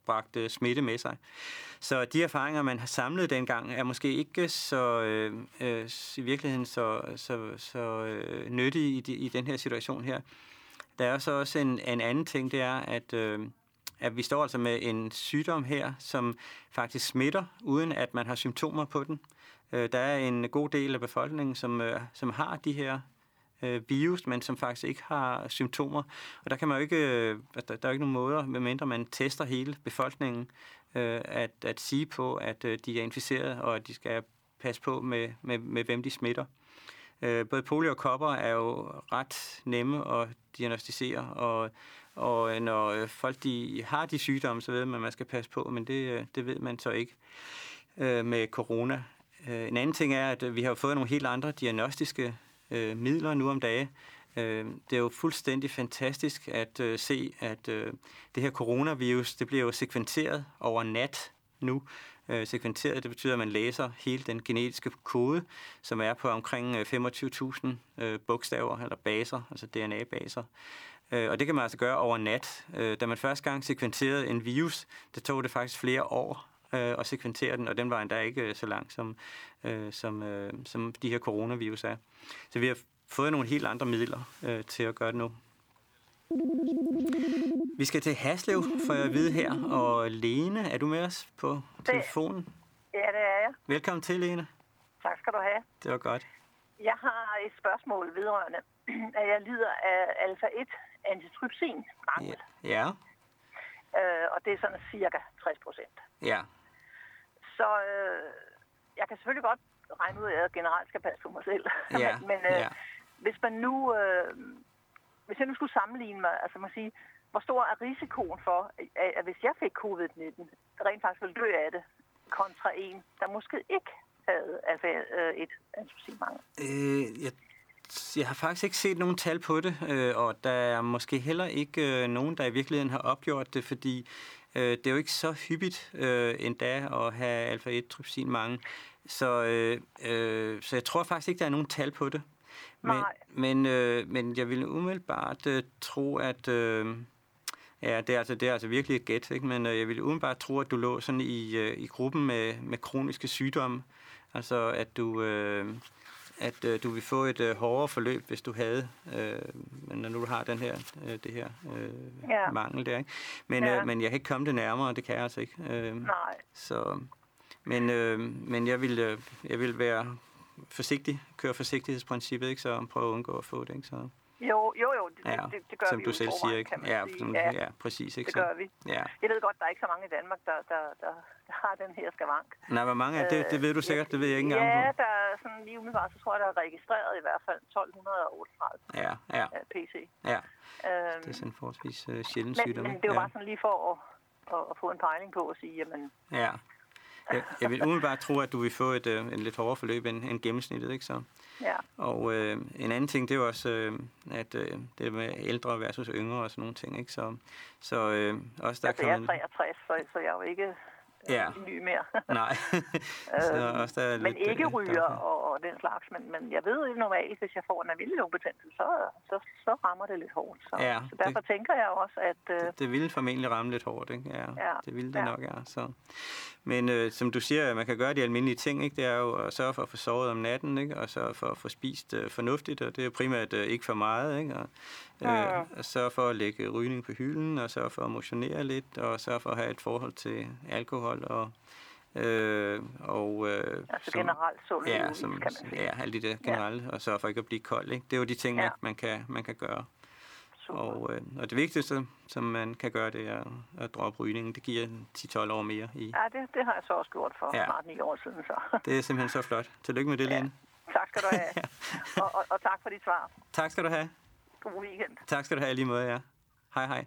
bragt smitte med sig. Så de erfaringer, man har samlet dengang, er måske ikke så øh, øh, i virkeligheden så, så, så øh, nyttige i, de, i den her situation her. Der er så også en, en anden ting, det er, at, øh, at vi står altså med en sygdom her, som faktisk smitter, uden at man har symptomer på den. Øh, der er en god del af befolkningen, som, øh, som har de her øh, virus, men som faktisk ikke har symptomer. Og der kan man jo ikke, øh, der, der er ikke nogen måder, medmindre man tester hele befolkningen, øh, at, at sige på, at øh, de er inficeret, og at de skal passe på med, med, med hvem de smitter. Øh, både polio og kopper er jo ret nemme at diagnostisere, og, og når folk de har de sygdomme, så ved man, at man skal passe på, men det, det ved man så ikke øh, med corona. Øh, en anden ting er, at vi har fået nogle helt andre diagnostiske øh, midler nu om dage. Øh, det er jo fuldstændig fantastisk at øh, se, at øh, det her coronavirus, det bliver jo sekventeret over nat nu. Øh, sekventeret, det betyder, at man læser hele den genetiske kode, som er på omkring femogtyve tusind øh, bogstaver eller baser, altså D N A-baser. Øh, og det kan man altså gøre over nat. Øh, da man første gang sekventerede en virus, det tog det faktisk flere år øh, at sekventere den, og den var endda ikke så lang, som, øh, som, øh, som de her coronavirus er. Så vi har fået nogle helt andre midler øh, til at gøre det nu. Vi skal til Haslev, for at vide her. Og Lene, er du med os på telefonen? Ja, det er jeg. Velkommen til, Lene. Tak skal du have. Det var godt. Jeg har et spørgsmål vedrørende, at jeg lider af alfa et antitrypsin mangel. Ja. ja. Øh, og det er sådan cirka tres procent. Ja. Så øh, jeg kan selvfølgelig godt regne ud, at jeg generelt skal passe på mig selv. Ja. Men øh, ja. hvis man nu... Øh, Hvis jeg nu skulle sammenligne mig, altså man sige, hvor stor er risikoen for, at, at hvis jeg fik covid nitten, rent faktisk ville dø af det, kontra en, der måske ikke havde alfa et antitrypsinmangel? Øh, jeg, jeg har faktisk ikke set nogen tal på det, øh, og der er måske heller ikke øh, nogen, der i virkeligheden har opgjort det, fordi øh, det er jo ikke så hyppigt øh, endda at have alfa et antitrypsinmangel. Så, øh, øh, så jeg tror faktisk ikke, der er nogen tal på det. Men, men, øh, men jeg ville umiddelbart øh, tro, at... Øh, ja, det er, altså, det er altså virkelig et gæt, ikke? Men øh, jeg ville umiddelbart tro, at du lå sådan i, øh, i gruppen med, med kroniske sygdomme. Altså, at du, øh, at, øh, du vil få et øh, hårdere forløb, hvis du havde... Øh, når nu du har den her, øh, det her øh, ja. mangel der, ikke? Men, ja. øh, men jeg kan ikke komme det nærmere, det kan jeg altså ikke. Øh, Nej. Så, men, øh, men jeg vil, øh, jeg vil være... forsigtig, køre forsigtighedsprincippet, ikke, så prøve at undgå at få det, ikke, så... Jo, jo, jo, det, ja, det, det gør som vi du jo selv forvejen, siger, ikke? Kan man ja, sige. som, Ja, ja, præcis, ikke? Det så, gør vi. Ja. Jeg ved godt, der er ikke så mange i Danmark, der, der, der, der har den her skavank. Nej, hvor mange er det? Det ved du sikkert, ja, det ved jeg ikke engang Ja, på. der er sådan lige umiddelbart, så tror jeg, der er registreret i hvert fald tolv otteogtredive ja, ja. P C. Ja, øhm, det er sådan en forholdsvis uh, sjælden men, sygdom. Men det er jo ja. bare sådan lige for at, at, at få en pejling på at sige, jamen... Ja. Jeg, jeg vil umiddelbart tro, at du vil få et, øh, en lidt hårdere forløb end, end gennemsnittet, ikke så? Ja. Og øh, en anden ting, det er jo også, øh, at øh, det med ældre versus yngre og sådan nogle ting, ikke? Så, så øh, også der altså, kan jeg er man... treogtres, så, så jeg er jo ikke ja. ny mere. Nej. så også der er men lidt, ikke øh, ryger og, og den slags. Men, men jeg ved jo normalt, hvis jeg får en almindelig lungebetændelse, så, så, så rammer det lidt hårdt. Så, ja, så derfor det, tænker jeg også, at... Øh, det, det ville formentlig ramme lidt hårdt, ikke? Ja, ja det ville det ja. nok, ja. Så. Men øh, som du siger, man kan gøre de almindelige ting, ikke? Det er jo at sørge for at få sovet om natten, ikke? Og sørge for at få spist øh, fornuftigt, og det er jo primært øh, ikke for meget, ikke? Og, øh, og sørge for at lægge rygning på hylden, og sørge for at motionere lidt, og sørge for at have et forhold til alkohol og Øh, og, øh, altså som, generelt sund ja, uvis, som, kan man sige. Ja, alt det der generelt, ja. Og sørge for ikke at blive kold, ikke? Det er jo de ting, ja. man, kan, man kan gøre. Super. Og, øh, og det vigtigste, som man kan gøre, det er at droppe rygningen. Det giver ti til tolv år mere. I. Ja, det, det har jeg så også gjort for ja. snart ni år siden. Så. Det er simpelthen så flot. Tillykke med det, Lene. Ja. Tak skal du have. ja. og, og, og tak for dit svar. Tak skal du have. God weekend. Tak skal du have i lige måde, ja. Hej, hej.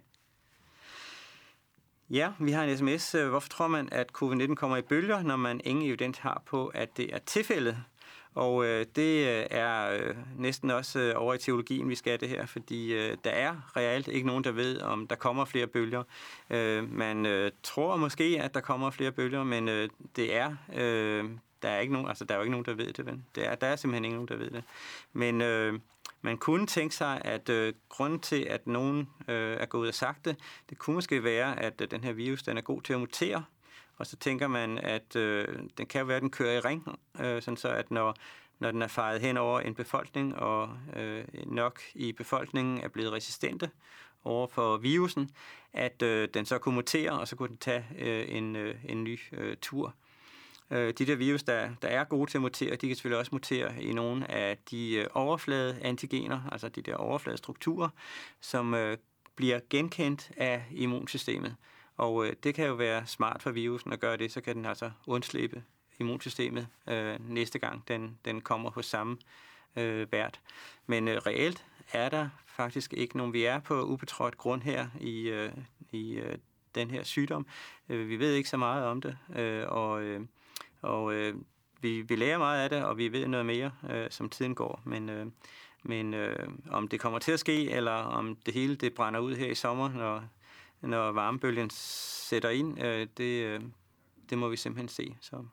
Ja, vi har en sms. Hvorfor tror man, at covid nitten kommer i bølger, når man ingen evidens har på, at det er tilfældet? Og øh, det er øh, næsten også øh, over i teologien, vi skal det her, fordi øh, der er reelt ikke nogen, der ved, om der kommer flere bølger. Øh, man øh, tror måske, at der kommer flere bølger, men øh, det er øh, der er ikke nogen, altså der er jo ikke nogen, der ved det, vel? Det er, der er simpelthen ikke nogen, der ved det. Men øh, man kunne tænke sig, at øh, grunden til, at nogen øh, er gået og sagt det, det kunne måske være, at øh, den her virus, den er god til at mutere, og så tænker man, at øh, den kan jo være, at den kører i ring, øh, sådan så at når, når den er faret hen over en befolkning, og øh, nok i befolkningen er blevet resistente over for virusen, at øh, den så kunne mutere, og så kunne den tage øh, en, øh, en ny øh, tur. Øh, de der virus, der, der er gode til at mutere, de kan selvfølgelig også mutere i nogle af de øh, overflade-antigener, altså de der overfladestrukturer, som øh, bliver genkendt af immunsystemet. Og øh, det kan jo være smart for virusen at gøre det, så kan den altså undslippe immunsystemet øh, næste gang, den, den kommer hos samme øh, vært. Men øh, reelt er der faktisk ikke nogen. Vi er på ubetrådt grund her i, øh, i øh, den her sygdom. Øh, vi ved ikke så meget om det, øh, og, øh, og øh, vi, vi lærer meget af det, og vi ved noget mere, øh, som tiden går. Men, øh, men øh, om det kommer til at ske, eller om det hele det brænder ud her i sommer, når, når varmebølgen sætter ind, øh, det, øh, det må vi simpelthen se. Så.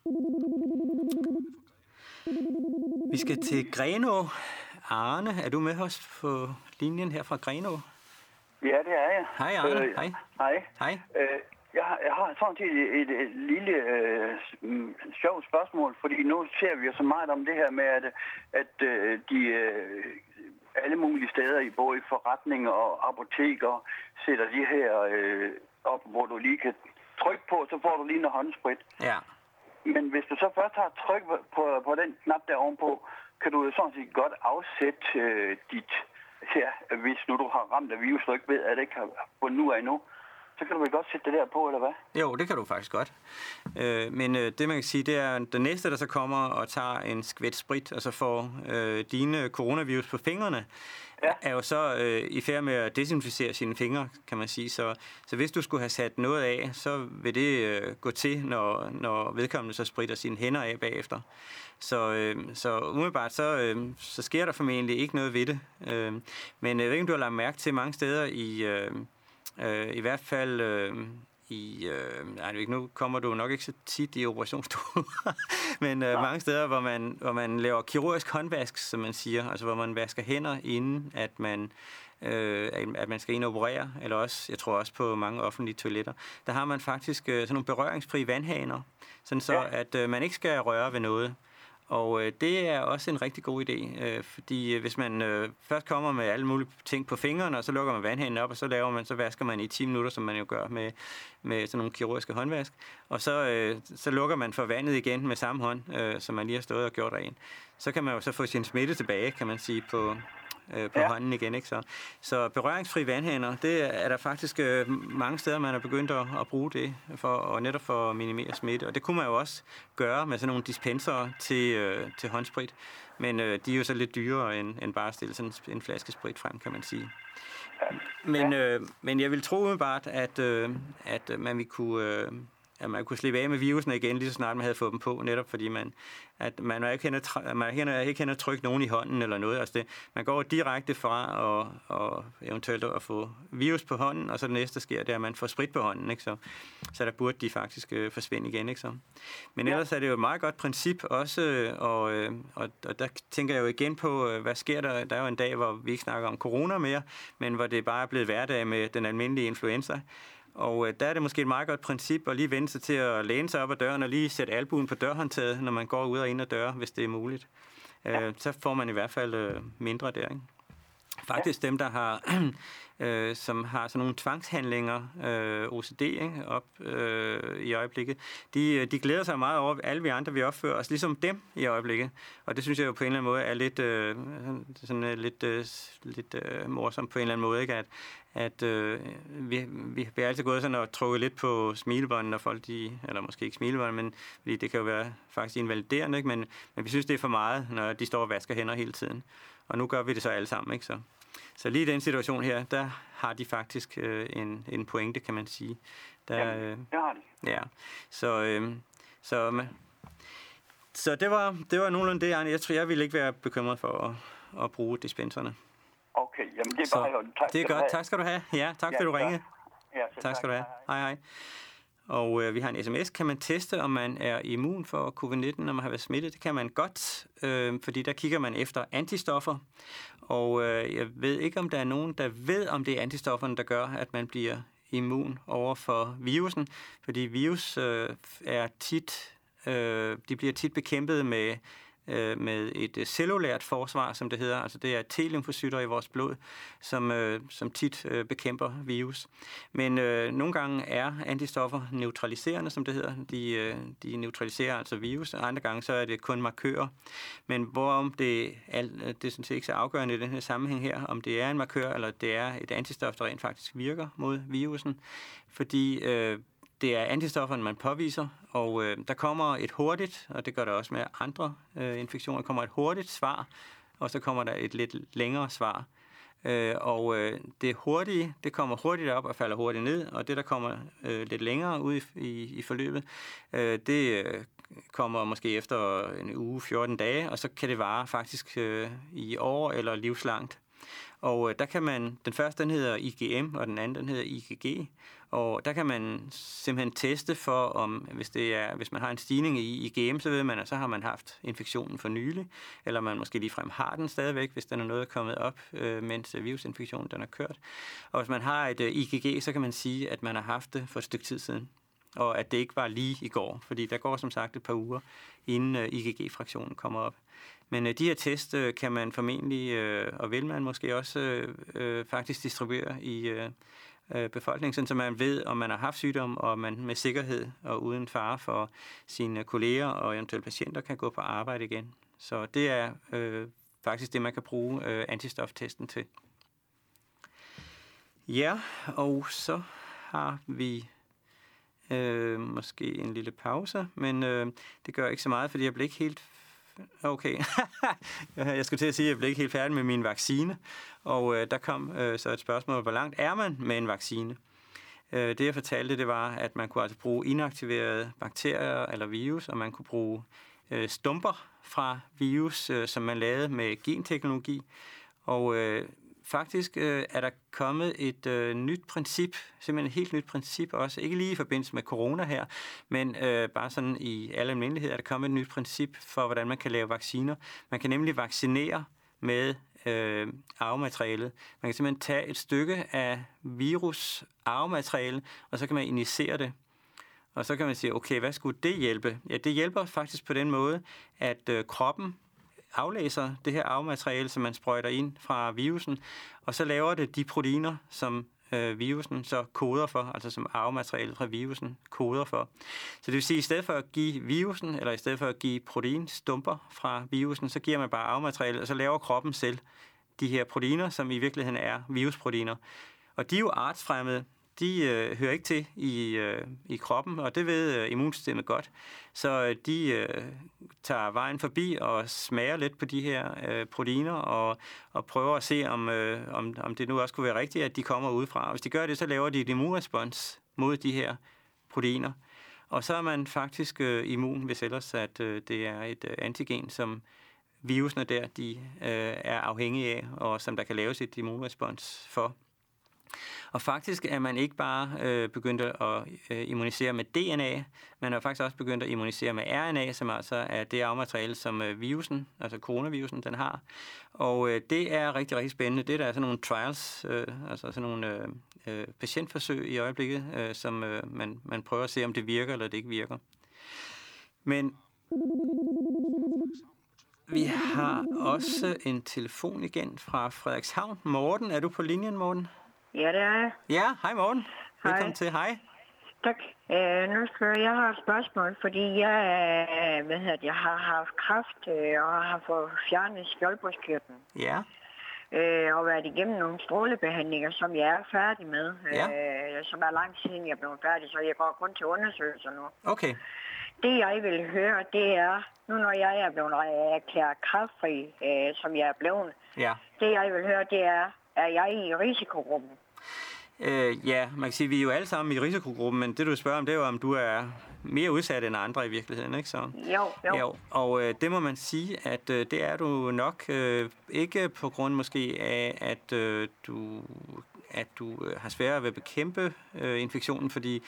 Vi skal til Grenaa. Arne, er du med os på linjen her fra Grenaa? Ja, det er jeg. Hej Arne, øh, hej. Hej. Hej. Øh, jeg, har, jeg har sådan set et, et, et lille øh, sjovt spørgsmål, fordi nu ser vi jo så meget om det her med, at, at øh, de øh, alle mulige steder, både i forretninger og apoteker, sætter de her øh, op, hvor du lige kan trykke på, så får du lige noget håndsprit. Ja. Men hvis du så først har tryk på, på den knap der ovenpå, kan du jo sådan set godt afsætte øh, dit, ja, hvis nu du har ramt af virus, du ikke ved, at det ikke har fundet nu af endnu, så kan du vel godt sætte det der på, eller hvad? Jo, det kan du faktisk godt. Øh, men øh, det man kan sige, det er, den næste, der så kommer og tager en skvæt sprit, og så får øh, dine coronavirus på fingrene, ja. er jo så øh, i færd med at desinficere sine fingre, kan man sige. Så, så hvis du skulle have sat noget af, så vil det øh, gå til, når, når vedkommende så spritter sine hænder af bagefter. Så, øh, så umiddelbart, så, øh, så sker der formentlig ikke noget ved det. Øh, men jeg ved ikke, om du har lagt mærke til mange steder i, øh, øh, i hvert fald øh, i, øh, nej, ikke, nu kommer du nok ikke så tit i operationsstuen, men øh, mange steder, hvor man, hvor man laver kirurgisk håndvask, som man siger, altså hvor man vasker hænder, inden at man, øh, at man skal ind og operere, eller også, jeg tror også på mange offentlige toiletter, der har man faktisk øh, sådan nogle berøringsfrie vandhaner, sådan så, ja. at øh, man ikke skal røre ved noget. Og øh, det er også en rigtig god idé, øh, fordi øh, hvis man øh, først kommer med alle mulige ting på fingrene, og så lukker man vandhanen op, og så laver man, så vasker man i ti minutter, som man jo gør med, med sådan nogle kirurgiske håndvask, og så, øh, så lukker man for vandet igen med samme hånd, øh, som man lige har stået og gjort rent. Så kan man jo så få sin smitte tilbage, kan man sige, på, øh, på ja. hånden igen, ikke så? Så berøringsfri vandhaner, det er der faktisk øh, mange steder, man er begyndt at, at bruge det, for, og netop for at minimere smitte. Og det kunne man jo også gøre med sådan nogle dispenser til, øh, til håndsprit, men øh, de er jo så lidt dyrere end, end bare at stille sådan en flaske sprit frem, kan man sige. Men, øh, men jeg vil tro umiddelbart, at, øh, at man vil kunne... Øh, at man kunne slippe af med virusene igen, lige så snart man havde fået dem på, netop fordi man, at man er ikke hen at, man er ikke hen at trykke nogen i hånden eller noget. Altså det, man går direkte fra og, og eventuelt at få virus på hånden, og så det næste sker, det er, at man får sprit på hånden, ikke? Så, så der burde de faktisk øh, forsvinde igen, ikke så? Men ellers er det jo et meget godt princip også, og, øh, og, og der tænker jeg jo igen på, øh, hvad sker der? Der er jo en dag, hvor vi ikke snakker om corona mere, men hvor det bare er blevet hverdag med den almindelige influenza. Og øh, der er det måske et meget godt princip at lige vende sig til at læne sig op ad døren og lige sætte albuen på dørhåndtaget, når man går ud og ind ad døre, hvis det er muligt. Ja. Øh, så får man i hvert fald øh, mindre der, ikke? Faktisk ja. dem, der har, øh, som har sådan nogle tvangshandlinger, øh, O C D, ikke, op øh, i øjeblikket, de, de glæder sig meget over, alle vi andre, vi opfører os ligesom dem i øjeblikket. Og det synes jeg jo på en eller anden måde er lidt, øh, sådan, øh, lidt, øh, lidt øh, morsomt på en eller anden måde, ikke? At, at øh, vi, vi er altid gået sådan og trukket lidt på smilebåndet, når folk de, eller måske ikke smilebåndet, men fordi det kan jo være faktisk invaliderende, ikke? Men, men vi synes, det er for meget, når de står og vasker hænder hele tiden. Og nu gør vi det så alle sammen, ikke så? Så lige i den situation her, der har de faktisk øh, en, en pointe, kan man sige. Der, ja, det har de. Ja, så, øh, så, så det var, det var nogenlunde det, Arne. Jeg tror, jeg ville ikke være bekymret for at, at bruge dispenserne. Okay, jamen det er bare... Så, tak, det er godt. Tak skal du have. Ja, tak ja, fordi du ringede. Ja, tak, tak skal du have. Hej, hej. Og øh, vi har en sms. Kan man teste, om man er immun for covid nitten, når man har været smittet? Det kan man godt, øh, fordi der kigger man efter antistoffer. Og øh, jeg ved ikke, om der er nogen, der ved, om det er antistofferne, der gør, at man bliver immun over for virusen. Fordi virus øh, er tit, øh, de bliver tit bekæmpet med med et cellulært forsvar, som det hedder. Altså det er T-lymfocytter i vores blod, som, øh, som tit øh, bekæmper virus. Men øh, nogle gange er antistoffer neutraliserende, som det hedder. De, øh, de neutraliserer altså virus, og andre gange så er det kun markører. Men hvorom det er, det er sådan set ikke så afgørende i den her sammenhæng her, om det er en markør, eller det er et antistof, der rent faktisk virker mod virusen. Fordi øh, det er antistofferne, man påviser, og øh, der kommer et hurtigt, og det gør der også med andre øh, infektioner, kommer et hurtigt svar, og så kommer der et lidt længere svar. Øh, og øh, det hurtige, det kommer hurtigt op og falder hurtigt ned, og det, der kommer øh, lidt længere ud i, i, i forløbet, øh, det øh, kommer måske efter en uge, fjorten dage, og så kan det vare faktisk øh, i år eller livslangt. Og øh, der kan man, den første den hedder I G M, og den anden den hedder I G G. Og der kan man simpelthen teste for, om hvis, det er, hvis man har en stigning i I G M, så ved man, at så har man haft infektionen for nylig, eller man måske ligefrem har den stadigvæk, hvis der er noget kommet op, øh, mens virusinfektionen den er kørt. Og hvis man har et øh, I G G, så kan man sige, at man har haft det for et stykke tid siden, og at det ikke var lige i går, fordi der går som sagt et par uger, inden øh, I G G-fraktionen kommer op. Men øh, de her test øh, kan man formentlig, øh, og vil man måske også øh, øh, faktisk distribuere i øh, befolkningen, så man ved, om man har haft sygdom, og man med sikkerhed og uden fare for sine kolleger og eventuelle patienter kan gå på arbejde igen. Så det er øh, faktisk det, man kan bruge øh, antistoftesten til. Ja, og så har vi øh, måske en lille pause, men øh, det gør ikke så meget, fordi jeg blev ikke helt Okay, jeg skulle til at sige, at jeg blev ikke helt færdig med min vaccine, og øh, der kom øh, så et spørgsmål, hvor langt er man med en vaccine? Øh, det jeg fortalte, det var, at man kunne altså bruge inaktiverede bakterier eller virus, og man kunne bruge øh, stumper fra virus, øh, som man lavede med genteknologi, og øh, faktisk øh, er der kommet et øh, nyt princip, simpelthen et helt nyt princip også, ikke lige i forbindelse med corona her, men øh, bare sådan i alle almindelighed er der kommet et nyt princip for, hvordan man kan lave vacciner. Man kan nemlig vaccinere med øh, arvematerialet. Man kan simpelthen tage et stykke af virus arvemateriale, og så kan man injicere det. Og så kan man sige, okay, hvad skulle det hjælpe? Ja, det hjælper faktisk på den måde, at øh, kroppen aflæser det her arvemateriale, som man sprøjter ind fra virusen, og så laver det de proteiner, som øh, virusen så koder for, altså som arvematerialet fra virusen koder for. Så det vil sige, at i stedet for at give virusen, eller i stedet for at give proteinstumper fra virusen, så giver man bare arvematerialet, og så laver kroppen selv de her proteiner, som i virkeligheden er virusproteiner. Og de er jo artsfremmede. De øh, hører ikke til i, øh, i kroppen, og det ved øh, immunsystemet godt. Så øh, de øh, tager vejen forbi og smager lidt på de her øh, proteiner og, og prøver at se, om, øh, om, om det nu også kunne være rigtigt, at de kommer udefra. Og hvis de gør det, så laver de et immunrespons mod de her proteiner. Og så er man faktisk øh, immun, hvis ellers at, øh, det er et øh, antigen, som virusene der de, øh, er afhængige af, og som der kan laves et immunrespons for. Og faktisk er man ikke bare øh, begyndt at øh, immunisere med D N A, man er faktisk også begyndt at immunisere med R N A, som altså er det arvemateriale, som øh, virusen, altså coronavirusen, den har. Og øh, det er rigtig, rigtig spændende. Det er der er sådan nogle trials, øh, altså sådan nogle øh, øh, patientforsøg i øjeblikket, øh, som øh, man, man prøver at se, om det virker eller det ikke virker. Men vi har også en telefon igen fra Frederikshavn. Morten, er du på linjen, Morten? Ja, det er jeg. Ja, hej Morten. Hej. Velkommen til. Hej. Tak. Øh, nu skal jeg, jeg har et spørgsmål, fordi jeg, øh, hvad hedder det, jeg har haft kræft øh, og har fået fjernet skjoldbruskkirtlen. Ja. Øh, og været igennem nogle strålebehandlinger, som jeg er færdig med. Ja. Øh, som er lang siden jeg blev færdig, så jeg går kun til undersøgelser nu. Okay. Det jeg vil høre, det er, nu når jeg er blevet erklæret kræftfri, øh, som jeg er blevet, Ja. det jeg vil høre, det er, er jeg i risikogruppen? Øh, ja, man kan sige, at vi er jo alle sammen i risikogruppen, men det du spørger om, det er jo, om du er mere udsat end andre i virkeligheden, ikke så? Jo, jo. jo og øh, det må man sige, at øh, det er du nok øh, ikke på grund måske af, at øh, du, at du øh, har sværere ved at bekæmpe øh, infektionen, fordi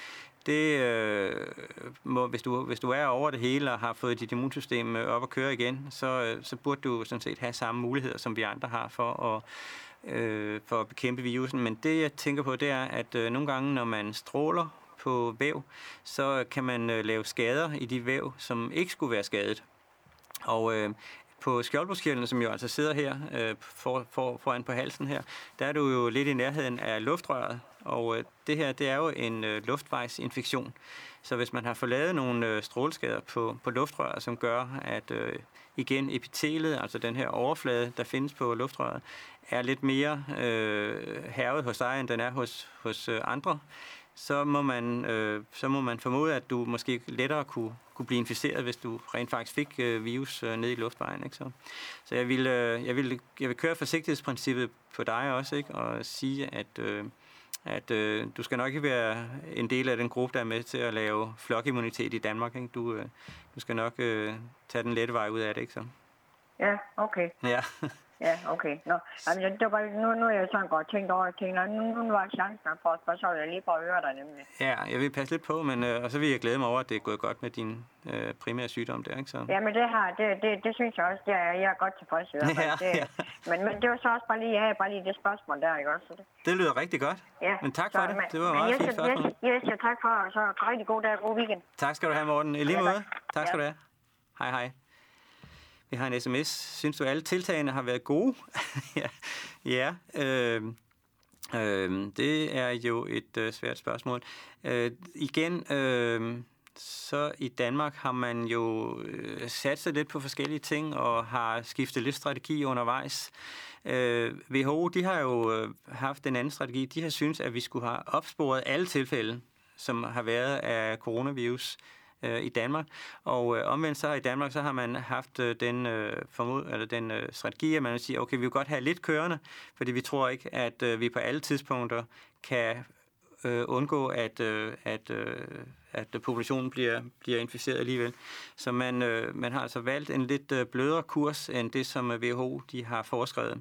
det øh, må, hvis, du, hvis du er over det hele og har fået dit immunsystem op at køre igen, så, så burde du sådan set have samme muligheder, som vi andre har for at, øh, for at bekæmpe virusen. Men det, jeg tænker på, det er, at øh, nogle gange, når man stråler på væv, så kan man øh, lave skader i de væv, som ikke skulle være skadet. Og øh, på skjoldbruskkirtlen, som jo altså sidder her øh, for, for, foran på halsen her, der er du jo lidt i nærheden af luftrøret, og øh, det her, det er jo en øh, luftvejsinfektion. Så hvis man har fået lavet nogle øh, stråleskader på, på luftrøret, som gør, at øh, igen epitelet, altså den her overflade, der findes på luftrøret, er lidt mere øh, hærget hos dig, end den er hos, hos øh, andre, så må man øh, så må man formode, at du måske lettere kunne, kunne blive inficeret, hvis du rent faktisk fik øh, virus øh, ned i luftvejen. Ikke? Så, så jeg, vil, øh, jeg, vil, jeg vil køre forsigtighedsprincippet på dig også, ikke? Og sige, at, øh, at øh, du skal nok ikke være en del af den gruppe, der er med til at lave flokimmunitet i Danmark. Ikke? Du, øh, du skal nok øh, tage den lette vej ud af det. Ikke? Så. Ja, okay. Ja. Ja, okay. Nå, jamen, det var, nu, nu er jeg sådan godt tænkt over, at tænke, nu, nu var chancen for at spørge, så vil jeg lige prøve at høre dig nemlig. Ja, jeg vil passe lidt på, men øh, og så vil jeg glæde mig over, at det er gået godt med din øh, primære sygdom der, ikke så? Ja, men det har, det, det, det synes jeg også, det er, jeg er godt tilfreds ved. Ja, det, ja. Men, men det var så også bare lige, jeg havde bare lige det spørgsmål der, ikke også? Det, det lyder rigtig godt. Ja. Men tak så, for det. Men, det var men meget yes, fint spørgsmål. Yes, yes, yes, tak for, og så rigtig god dag og god weekend. Tak skal du have, Morten. I lige ja, måde. Tak, tak skal ja. du have. Hej, hej. Vi har en sms. Synes du, alle tiltagene har været gode? ja, ja øh, øh, det er jo et øh, svært spørgsmål. Øh, igen, øh, så i Danmark har man jo øh, sat sig lidt på forskellige ting og har skiftet lidt strategi undervejs. Øh, W H O, de har jo øh, haft en anden strategi. De har syntes, at vi skulle have opsporet alle tilfælde, som har været af coronavirus i Danmark, og øh, omvendt så i Danmark, så har man haft øh, den, øh, formod, eller den øh, strategi, at man vil sige, okay, vi vil godt have lidt kørende, fordi vi tror ikke, at øh, vi på alle tidspunkter kan øh, undgå, at, øh, at, øh, at populationen bliver, bliver inficeret alligevel. Så man, øh, man har altså valgt en lidt øh, blødere kurs, end det, som W H O de har foreskrevet.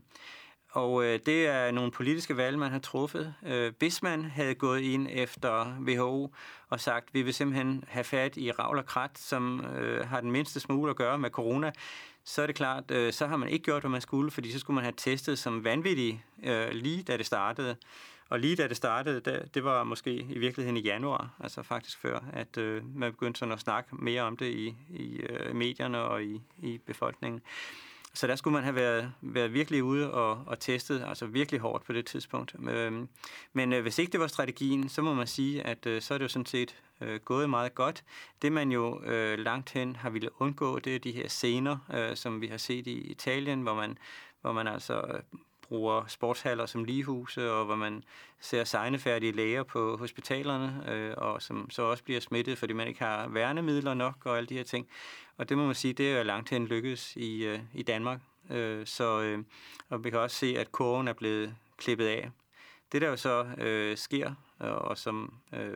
Og øh, det er nogle politiske valg, man har truffet. Øh, hvis man havde gået ind efter W H O og sagt, at vi vil simpelthen have fat i ravl og krat, som øh, har den mindste smule at gøre med corona, så er det klart, øh, så har man ikke gjort, hvad man skulle, fordi så skulle man have testet som vanvittigt øh, lige da det startede. Og lige da det startede, det, det var måske i virkeligheden i januar, altså faktisk før, at øh, man begyndte sådan at snakke mere om det i, i øh, medierne og i, i befolkningen. Så der skulle man have været, været virkelig ude og, og testet, altså virkelig hårdt på det tidspunkt. Øhm, men øh, hvis ikke det var strategien, så må man sige, at øh, så er det jo sådan set øh, gået meget godt. Det man jo øh, langt hen har ville undgå, det er de her scener, øh, som vi har set i Italien, hvor man, hvor man altså øh, bruger sportshaller som ligehuse, og hvor man ser segnefærdige læger på hospitalerne, øh, og som så også bliver smittet, fordi man ikke har værnemidler nok og alle de her ting. Og det må man sige, det er langt hen lykkedes i, øh, i Danmark. Øh, så, øh, og vi kan også se, at kurven er blevet klippet af. Det der jo så øh, sker, og som øh,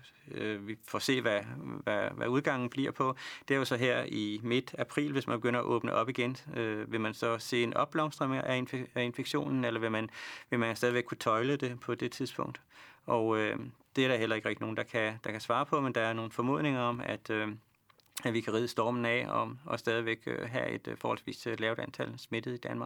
øh, vi får se, hvad, hvad, hvad udgangen bliver på, det er jo så her i midt april, hvis man begynder at åbne op igen, øh, vil man så se en opblomstring af, inf- af infektionen, eller vil man, vil man stadigvæk kunne tøjle det på det tidspunkt? Og øh, det er der heller ikke rigtig nogen, der kan, der kan svare på, men der er nogle formodninger om, at øh, at vi kan ride stormen af og, og stadigvæk øh, have et øh, forholdsvis øh, lavt antal smittede i Danmark.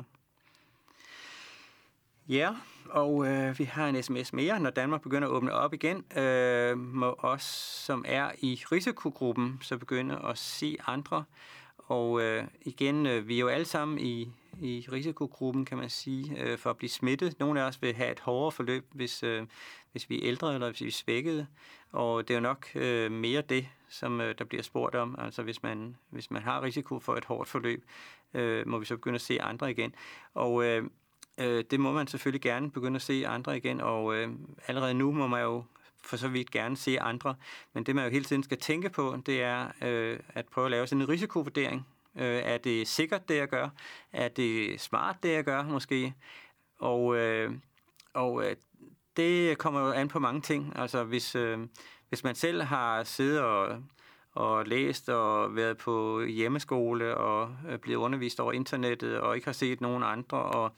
Ja, og øh, vi har en sms mere. Når Danmark begynder at åbne op igen, øh, må os, som er i risikogruppen, så begynde at se andre. Og øh, igen, øh, vi er jo alle sammen i, i risikogruppen, kan man sige, øh, for at blive smittet. Nogle af os vil have et hårdere forløb, hvis, øh, hvis vi er ældre eller hvis vi er svækkede. Og det er jo nok øh, mere det, som øh, der bliver spurgt om. Altså hvis man, hvis man har risiko for et hårdt forløb, øh, må vi så begynde at se andre igen. Og øh, øh, det må man selvfølgelig gerne begynde at se andre igen. Og øh, allerede nu må man jo for så vidt gerne se andre. Men det man jo hele tiden skal tænke på, det er øh, at prøve at lave sådan en risikovurdering. Øh, er det sikkert, det jeg gør? Er det smart, det jeg gør måske? Og, øh, og øh, det kommer jo an på mange ting. Altså hvis, øh, hvis man selv har siddet og, og læst og været på hjemmeskole og blevet undervist over internettet og ikke har set nogen andre og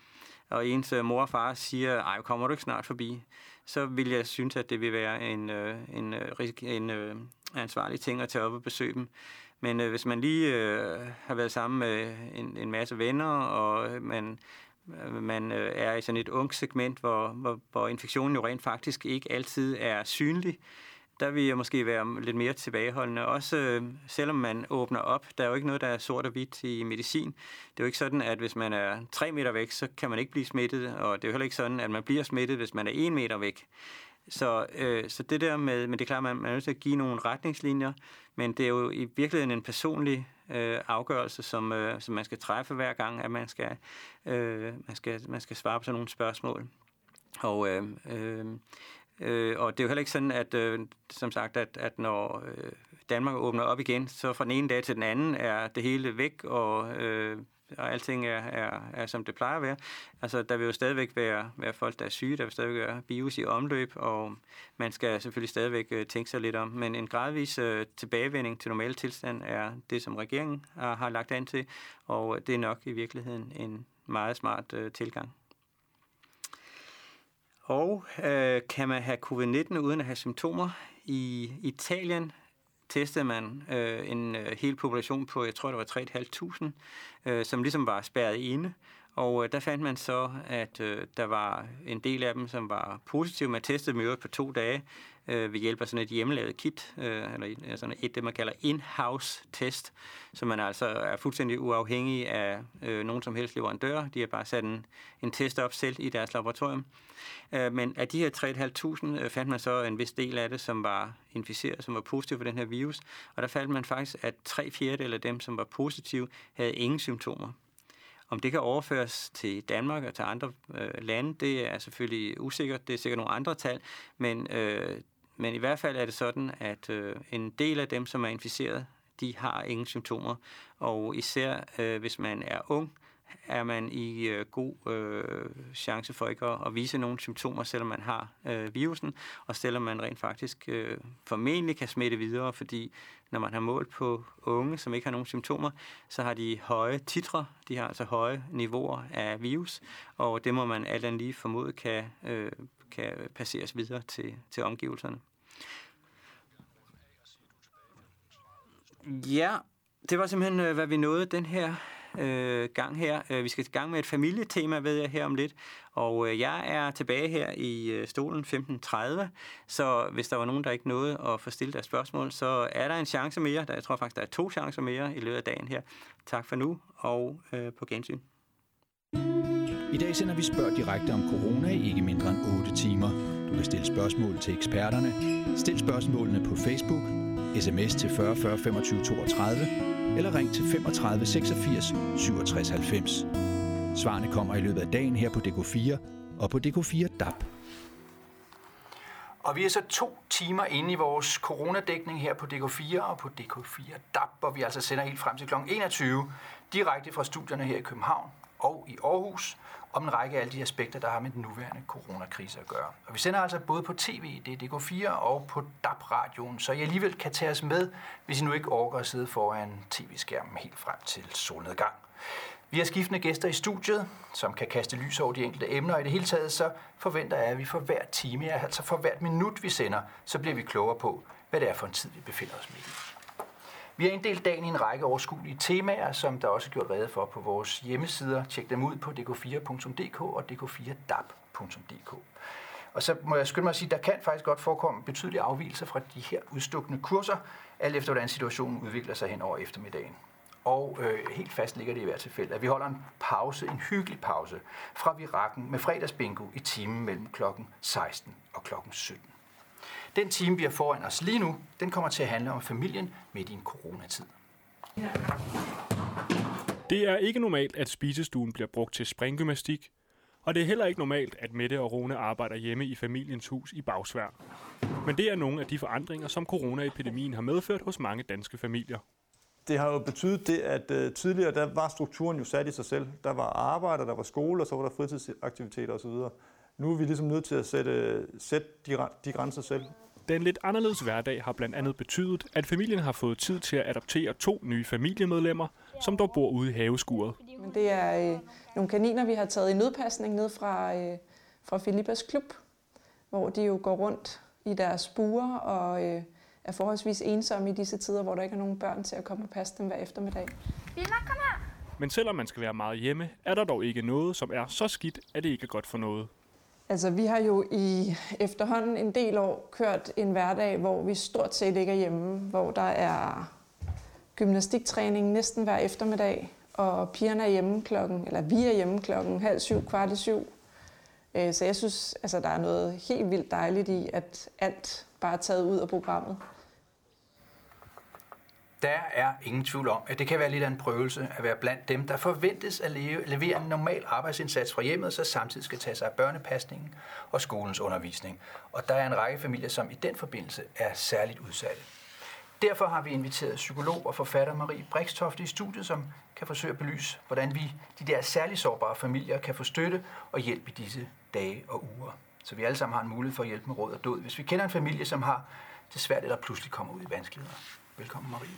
og ens mor og far siger, ej, kommer du ikke snart forbi, så vil jeg synes, at det vil være en, en, en, en ansvarlig ting at tage op og besøge dem. Men øh, hvis man lige øh, har været sammen med en, en masse venner, og man, man øh, er i sådan et ung segment, hvor, hvor, hvor infektionen jo rent faktisk ikke altid er synlig, der vil jeg måske være lidt mere tilbageholdende. Også øh, selvom man åbner op, der er jo ikke noget, der er sort og hvidt i medicin. Det er jo ikke sådan, at hvis man er tre meter væk, så kan man ikke blive smittet, og det er jo heller ikke sådan, at man bliver smittet, hvis man er en meter væk. Så, øh, så det der med, men det er klart, man, man er nødt til at give nogle retningslinjer, men det er jo i virkeligheden en personlig øh, afgørelse, som, øh, som man skal træffe hver gang, at man skal, øh, man skal, man skal svare på sådan nogle spørgsmål. Og, øh, øh, øh, og det er jo heller ikke sådan, at, øh, som sagt, at, at når øh, Danmark åbner op igen, så fra den ene dag til den anden er det hele væk, og øh, og alting er, er, er, som det plejer at være. Altså, der vil jo stadigvæk være, være folk, der er syge, der vil stadigvæk være virus i omløb, og man skal selvfølgelig stadigvæk uh, tænke sig lidt om. Men en gradvis uh, tilbagevending til normal tilstand er det, som regeringen uh, har lagt an til, og det er nok i virkeligheden en meget smart uh, tilgang. Og uh, kan man have covid nitten uden at have symptomer? I Italien testede man øh, en øh, hel population på, jeg tror, det var tre tusind fem hundrede, øh, som ligesom var spærret inde. Og øh, der fandt man så, at øh, der var en del af dem, som var positive. Man testede dem på to dage øh, ved hjælp af sådan et hjemmelavet kit, øh, eller sådan et, det man kalder in-house test, så man altså er fuldstændig uafhængig af øh, nogen som helst leverandør. De har bare sat en, en test op selv i deres laboratorium. Øh, men af de her tre tusind fem hundrede øh, fandt man så en vis del af det, som var inficeret, som var positiv for den her virus. Og der fandt man faktisk, at tre fjerdedele af dem, som var positive, havde ingen symptomer. Om det kan overføres til Danmark og til andre øh, lande, det er selvfølgelig usikkert. Det er sikkert nogle andre tal, men, øh, men i hvert fald er det sådan, at øh, en del af dem, som er inficeret, de har ingen symptomer. Og især øh, hvis man er ung, er man i øh, god øh, chance for ikke at, at vise nogle symptomer, selvom man har øh, virusen, og selvom man rent faktisk øh, formentlig kan smitte videre, fordi når man har målt på unge, som ikke har nogen symptomer, så har de høje titre, de har altså høje niveauer af virus, og det må man alt andet lige formode kan, øh, kan passeres videre til, til omgivelserne. Ja, det var simpelthen, hvad vi nåede den her øh, gang her. Vi skal i gang med et familietema, ved jeg, her om lidt. Og øh, jeg er tilbage her i øh, stolen femten tredive, så hvis der var nogen, der ikke nåede at få stillet deres spørgsmål, så er der en chance mere. Jeg tror faktisk, der er to chancer mere i løbet af dagen her. Tak for nu, og øh, på gensyn. I dag sender vi Spørg direkte om corona i ikke mindre end otte timer. Du kan stille spørgsmål til eksperterne. Stil spørgsmålene på Facebook, sms til fyrre fyrre femogtyve toogtredive eller ring til femogtredive seksogfirs syvogtres halvfems. Svarene kommer i løbet af dagen her på D K fire og på D K fire D A B. Og vi er så to timer inde i vores coronadækning her på D K fire og på D K fire D A B, hvor vi altså sender helt frem til klokken enogtyve direkte fra studierne her i København og i Aarhus om en række af alle de aspekter, der har med den nuværende coronakrise at gøre. Og vi sender altså både på tv, det er D K fire, og på D A B-radioen, så I alligevel kan tage os med, hvis I nu ikke orker at sidde foran tv-skærmen helt frem til solnedgang. Vi har skiftende gæster i studiet, som kan kaste lys over de enkelte emner, og i det hele taget så forventer jeg, at vi for hver time, altså for hvert minut vi sender, så bliver vi klogere på, hvad det er for en tid, vi befinder os midt i. Vi har inddelt dagen i en række overskuelige temaer, som der også er gjort rede for på vores hjemmesider. Tjek dem ud på d k fire punktum d k og d k fire d a b punktum d k. Og så må jeg skynde mig at sige, at der kan faktisk godt forekomme betydelige afvigelser fra de her udstukne kurser, alt efter hvordan situationen udvikler sig hen over eftermiddagen. Og øh, helt fast ligger det i hvert tilfælde, at vi holder en pause, en hyggelig pause, fra virakken med fredagsbingo i timen mellem klokken seksten og klokken sytten. Den time, vi har foran os lige nu, den kommer til at handle om familien midt i en coronatid. Det er ikke normalt, at spisestuen bliver brugt til springgymnastik, og det er heller ikke normalt, at Mette og Rune arbejder hjemme i familiens hus i Bagsværd. Men det er nogle af de forandringer, som coronaepidemien har medført hos mange danske familier. Det har jo betydet det, at uh, tidligere der var strukturen jo sat i sig selv. Der var arbejde, der var skole, og så var der fritidsaktiviteter osv. Nu er vi ligesom nødt til at sætte, sætte de, de grænser selv. Den lidt anderledes hverdag har blandt andet betydet, at familien har fået tid til at adoptere to nye familiemedlemmer, som dog bor ude i haveskuret. Men det er øh, nogle kaniner, vi har taget i nødpasning ned fra, øh, fra Filippas klub, hvor de jo går rundt i deres buer og øh, er forholdsvis ensomme i disse tider, hvor der ikke er nogen børn til at komme og passe dem hver eftermiddag. Men selvom man skal være meget hjemme, er der dog ikke noget, som er så skidt, at det ikke er godt for noget. Altså, vi har jo i efterhånden en del år kørt en hverdag, hvor vi stort set ikke er hjemme, hvor der er gymnastiktræning næsten hver eftermiddag, og pigerne er hjemme klokken, eller vi er hjemme klokken halv syv, kvart i syv. Så jeg synes, altså, der er noget helt vildt dejligt i, at alt bare er taget ud af programmet. Der er ingen tvivl om, at det kan være lidt af en prøvelse at være blandt dem, der forventes at leve, levere en normal arbejdsindsats fra hjemmet, så samtidig skal tage sig af børnepasningen og skolens undervisning. Og der er en række familier, som i den forbindelse er særligt udsatte. Derfor har vi inviteret psykolog og forfatter Marie Brixtofte i studiet, som kan forsøge at belyse, hvordan vi, de der særligt sårbare familier, kan få støtte og hjælp i disse dage og uger. Så vi alle sammen har en mulighed for at hjælpe med råd og død, hvis vi kender en familie, som har det svært eller pludselig kommer ud i vanskeligheder. Velkommen, Marie.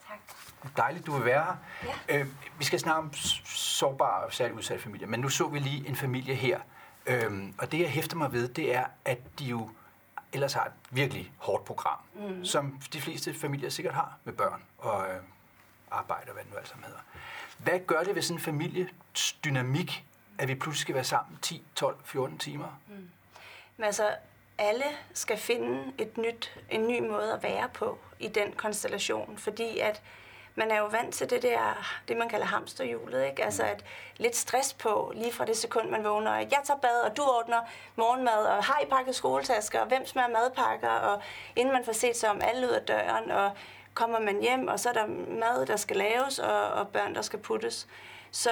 Tak. Dejligt, du vil være her. Ja. Øh, vi skal snakke om sårbare og særligt udsatte familier, men nu så vi lige en familie her. Øhm, og det, jeg hæfter mig ved, det er, at de jo ellers har et virkelig hårdt program, mm. som de fleste familier sikkert har med børn og øh, arbejde og hvad det nu alt sammen hedder. Hvad gør det ved sådan en families dynamik, at vi pludselig skal være sammen ti, tolv, fjorten timer? Mm. Men altså, alle skal finde et nyt, en ny måde at være på i den konstellation, fordi at man er jo vant til det der, det man kalder hamsterhjulet, ikke? Altså at lidt stress på, lige fra det sekund, man vågner, og jeg tager bad, og du ordner morgenmad, og har I pakket skoletasker, og hvem smager madpakker, og inden man får set sig om alle ud af døren, og kommer man hjem, og så er der mad, der skal laves, og, og børn, der skal puttes. Så,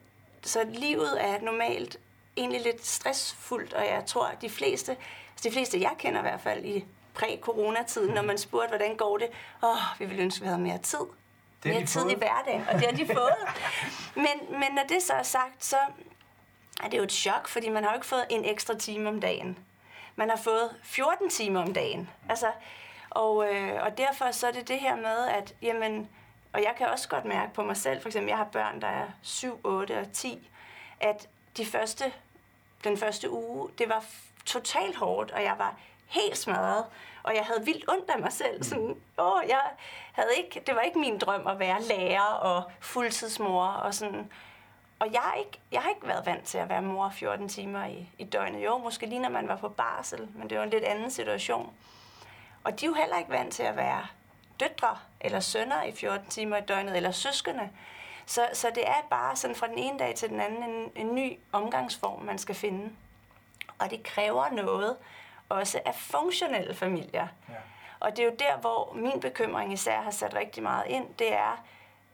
så livet er normalt egentlig lidt stressfuldt, og jeg tror, at de fleste, de fleste jeg kender i hvert fald i præ-coronatiden, når man spurgte, hvordan går det, åh, vi ville ønske, at vi havde mere tid. Det mere tid i hverdagen, og det har de fået. Men, men når det så er sagt, så er det jo et chok, fordi man har jo ikke fået en ekstra time om dagen. Man har fået fjorten timer om dagen. Altså, og, øh, og derfor så er det det her med, at jamen, og jeg kan også godt mærke på mig selv, for eksempel jeg har børn, der er syv, otte og ti, at de første, den første uge, det var totalt hårdt, og jeg var helt smadret, og jeg havde vildt ondt af mig selv. Sådan, åh, jeg havde ikke, det var ikke min drøm at være lærer og fuldtidsmor og sådan. Og jeg har ikke, jeg har ikke været vant til at være mor fjorten timer i, i døgnet. Jo, måske lige når man var på barsel, men det var en lidt anden situation. Og de er jo heller ikke vant til at være døtre eller sønner i fjorten timer i døgnet, eller søskende. Så, så det er bare sådan fra den ene dag til den anden en, en ny omgangsform, man skal finde. Og det kræver noget også af funktionelle familier. Ja. Og det er jo der, hvor min bekymring især har sat rigtig meget ind. Det er,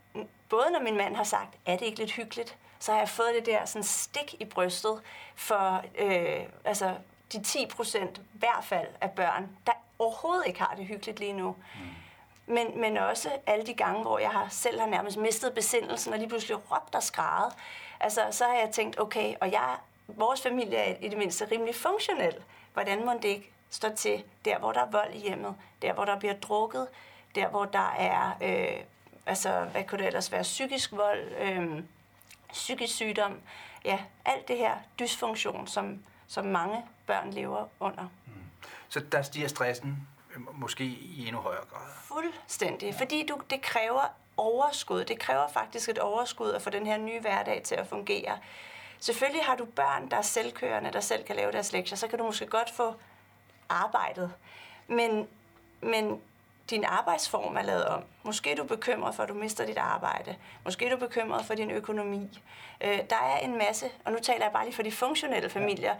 både når min mand har sagt, er det ikke lidt hyggeligt, så har jeg fået det der sådan stik i brystet for øh, altså de ti procent i hvert fald af børn, der overhovedet ikke har det hyggeligt lige nu. Mm. Men, men også alle de gange, hvor jeg har, selv har nærmest mistet besindelsen og lige pludselig råbt og skrædet. Altså, så har jeg tænkt, okay, og jeg, vores familie er i det mindste rimelig funktionel. Hvordan må det ikke stå til der, hvor der er vold i hjemmet, der, hvor der bliver drukket, der, hvor der er, øh, altså, hvad kunne det ellers være, psykisk vold, øh, psykisk sygdom, ja, alt det her dysfunktion, som, som mange børn lever under. Mm. Så der stiger stressen måske i endnu højere grad? Fuldstændig, ja. Fordi du, det kræver overskud. Det kræver faktisk et overskud at få den her nye hverdag til at fungere. Selvfølgelig har du børn, der er selvkørende, der selv kan lave deres lektier, så kan du måske godt få arbejdet. Men, men din arbejdsform er lavet om. Måske er du bekymret for, at du mister dit arbejde. Måske er du bekymret for din økonomi. Øh, der er en masse, og nu taler jeg bare lige for de funktionelle familier,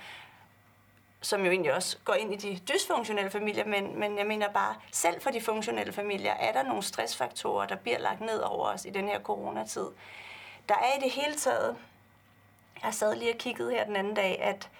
som jo egentlig også går ind i de dysfunktionelle familier, men, men jeg mener bare, selv for de funktionelle familier, er der nogle stressfaktorer, der bliver lagt ned over os i den her coronatid. Der er i det hele taget, jeg sad lige og kiggede her den anden dag, at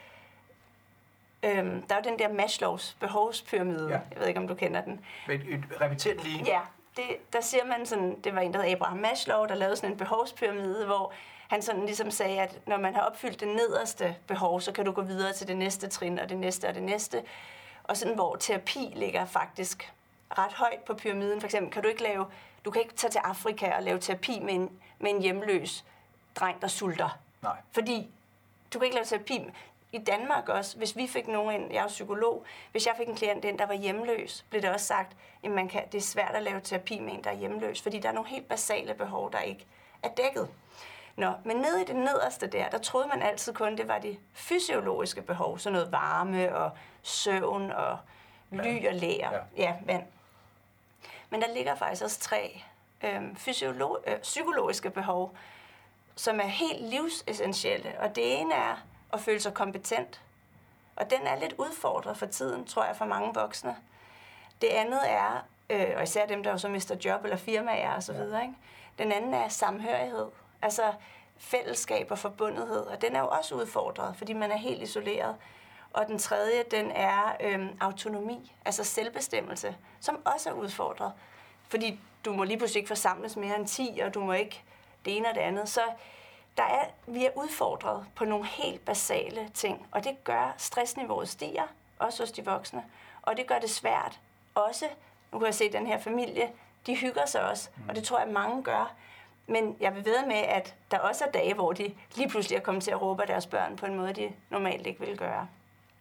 øhm, der er jo den der Maslows behovspyramide. Ja. Jeg ved ikke, om du kender den. Repeter den lige. Ja, det, der siger man sådan, det var en, der hed Abraham Maslow, der lavede sådan en behovspyramide, hvor han sådan ligesom sagde, at når man har opfyldt det nederste behov, så kan du gå videre til det næste trin, og det næste og det næste. Og sådan, hvor terapi ligger faktisk ret højt på pyramiden. For eksempel kan du ikke lave, du kan ikke tage til Afrika og lave terapi med en, med en hjemløs dreng, der sulter. Nej. Fordi du kan ikke lave terapi. I Danmark også, hvis vi fik nogen ind, jeg er jo psykolog, hvis jeg fik en klient ind, der var hjemløs, blev det også sagt, at man kan, det er svært at lave terapi med en, der er hjemløs, fordi der er nogle helt basale behov, der ikke er dækket. Nå, men nede i det nederste der, der troede man altid kun, det var de fysiologiske behov, sådan noget varme og søvn og ly og ler. Ja. ja, vand. Men der ligger faktisk også tre øhm, fysiolo- øh, psykologiske behov, som er helt livsessentielle. Og det ene er at føle sig kompetent. Og den er lidt udfordret for tiden, tror jeg, for mange voksne. Det andet er, øh, og især dem, der jo så mister job eller firmaer og så videre, ikke? Den anden er samhørighed. Altså fællesskab og forbundethed. Og den er jo også udfordret, fordi man er helt isoleret. Og den tredje, den er øhm, autonomi, altså selvbestemmelse, som også er udfordret. Fordi du må lige pludselig ikke forsamles mere end ti, og du må ikke det ene og det andet. Så der er, vi er udfordret på nogle helt basale ting, og det gør, stressniveauet stiger, også hos de voksne, og det gør det svært. Også, nu kan jeg se, at den her familie, de hygger sig også, og det tror jeg, mange gør. Men jeg vil ved med, at der også er dage, hvor de lige pludselig er kommet til at råbe af deres børn på en måde, de normalt ikke ville gøre.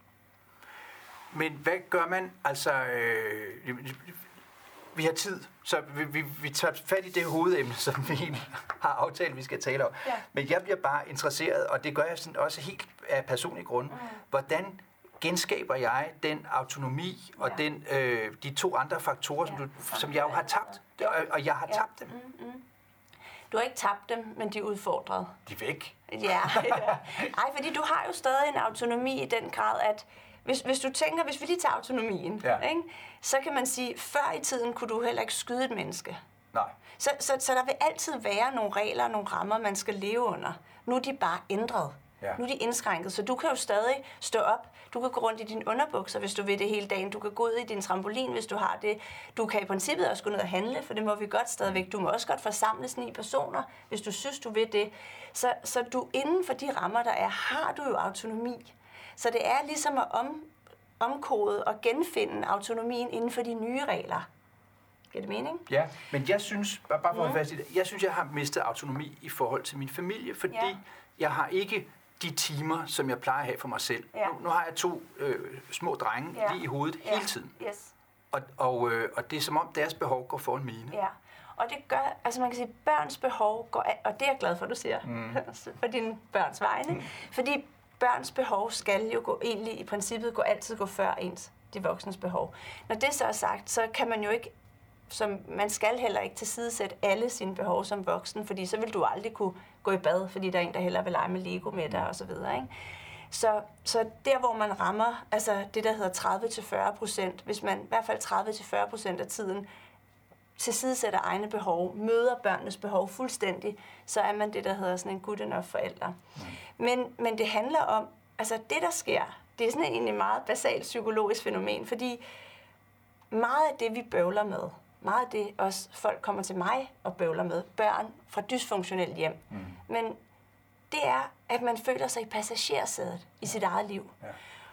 Men hvad gør man? Altså, øh, vi har tid, så vi, vi, vi tager fat i det hovedemne, som vi egentlig har aftalt, vi skal tale om. Ja. Men jeg bliver bare interesseret, og det gør jeg sådan også helt af personlig grund. Mm. Hvordan genskaber jeg den autonomi og ja. den, øh, de to andre faktorer, ja. som, du, som jeg jo har tabt, og, og jeg har ja. tabt dem? Mm, mm. Du har ikke tabt dem, men de er udfordret. De er væk. Ja, ja. Ej, fordi du har jo stadig en autonomi i den grad, at hvis, hvis du tænker, hvis vi lige tager autonomien, ja. ikke, så kan man sige, før i tiden kunne du heller ikke skyde et menneske. Nej. Så, så, så der vil altid være nogle regler og nogle rammer, man skal leve under. Nu er de bare ændret. Ja. Nu er de indskrænket, så du kan jo stadig stå op. Du kan gå rundt i dine underbukser, hvis du vil det hele dagen. Du kan gå ud i din trampolin, hvis du har det. Du kan i princippet også gå ned og handle, for det må vi godt stadigvæk. Du må også godt forsamles ni personer, hvis du synes, du vil det. Så, så du inden for de rammer, der er, har du jo autonomi. Så det er ligesom at om, omkode og genfinde autonomien inden for de nye regler. Giver det mening? Ja, men jeg synes, bare for at mm. fast i det, jeg synes, jeg har mistet autonomi i forhold til min familie, fordi ja. jeg har ikke de timer, som jeg plejer at have for mig selv. Ja. Nu, nu har jeg to øh, små drenge ja. lige i hovedet ja. hele tiden. Yes. Og, og, øh, og det er som om deres behov går foran mine. Ja, og det gør, altså man kan sige, børns behov går af, og det er jeg glad for, du siger, mm. for dine børns vegne. Mm. Fordi børns behov skal jo gå, egentlig i princippet gå, altid gå før ens, de voksnes behov. Når det så er sagt, så kan man jo ikke, som man skal heller ikke tilsidesætte alle sine behov som voksen, fordi så vil du aldrig kunne gå i bad, fordi der er en, der hellere vil lege med Lego med dig, og så videre, ikke? Så, så der, hvor man rammer, altså det, der hedder tredive til fyrre procent, hvis man i hvert fald tredive til fyrre procent af tiden tilsidesætter egne behov, møder børnenes behov fuldstændig, så er man det, der hedder sådan en good enough forælder. Mm. Men, men det handler om, altså det, der sker, det er sådan en meget basalt psykologisk fænomen, fordi meget af det, vi bøvler med, meget af det også folk kommer til mig og bøvler med, børn fra dysfunktionelt hjem. Mm. Men det er, at man føler sig i passagersædet i sit eget liv. Ja.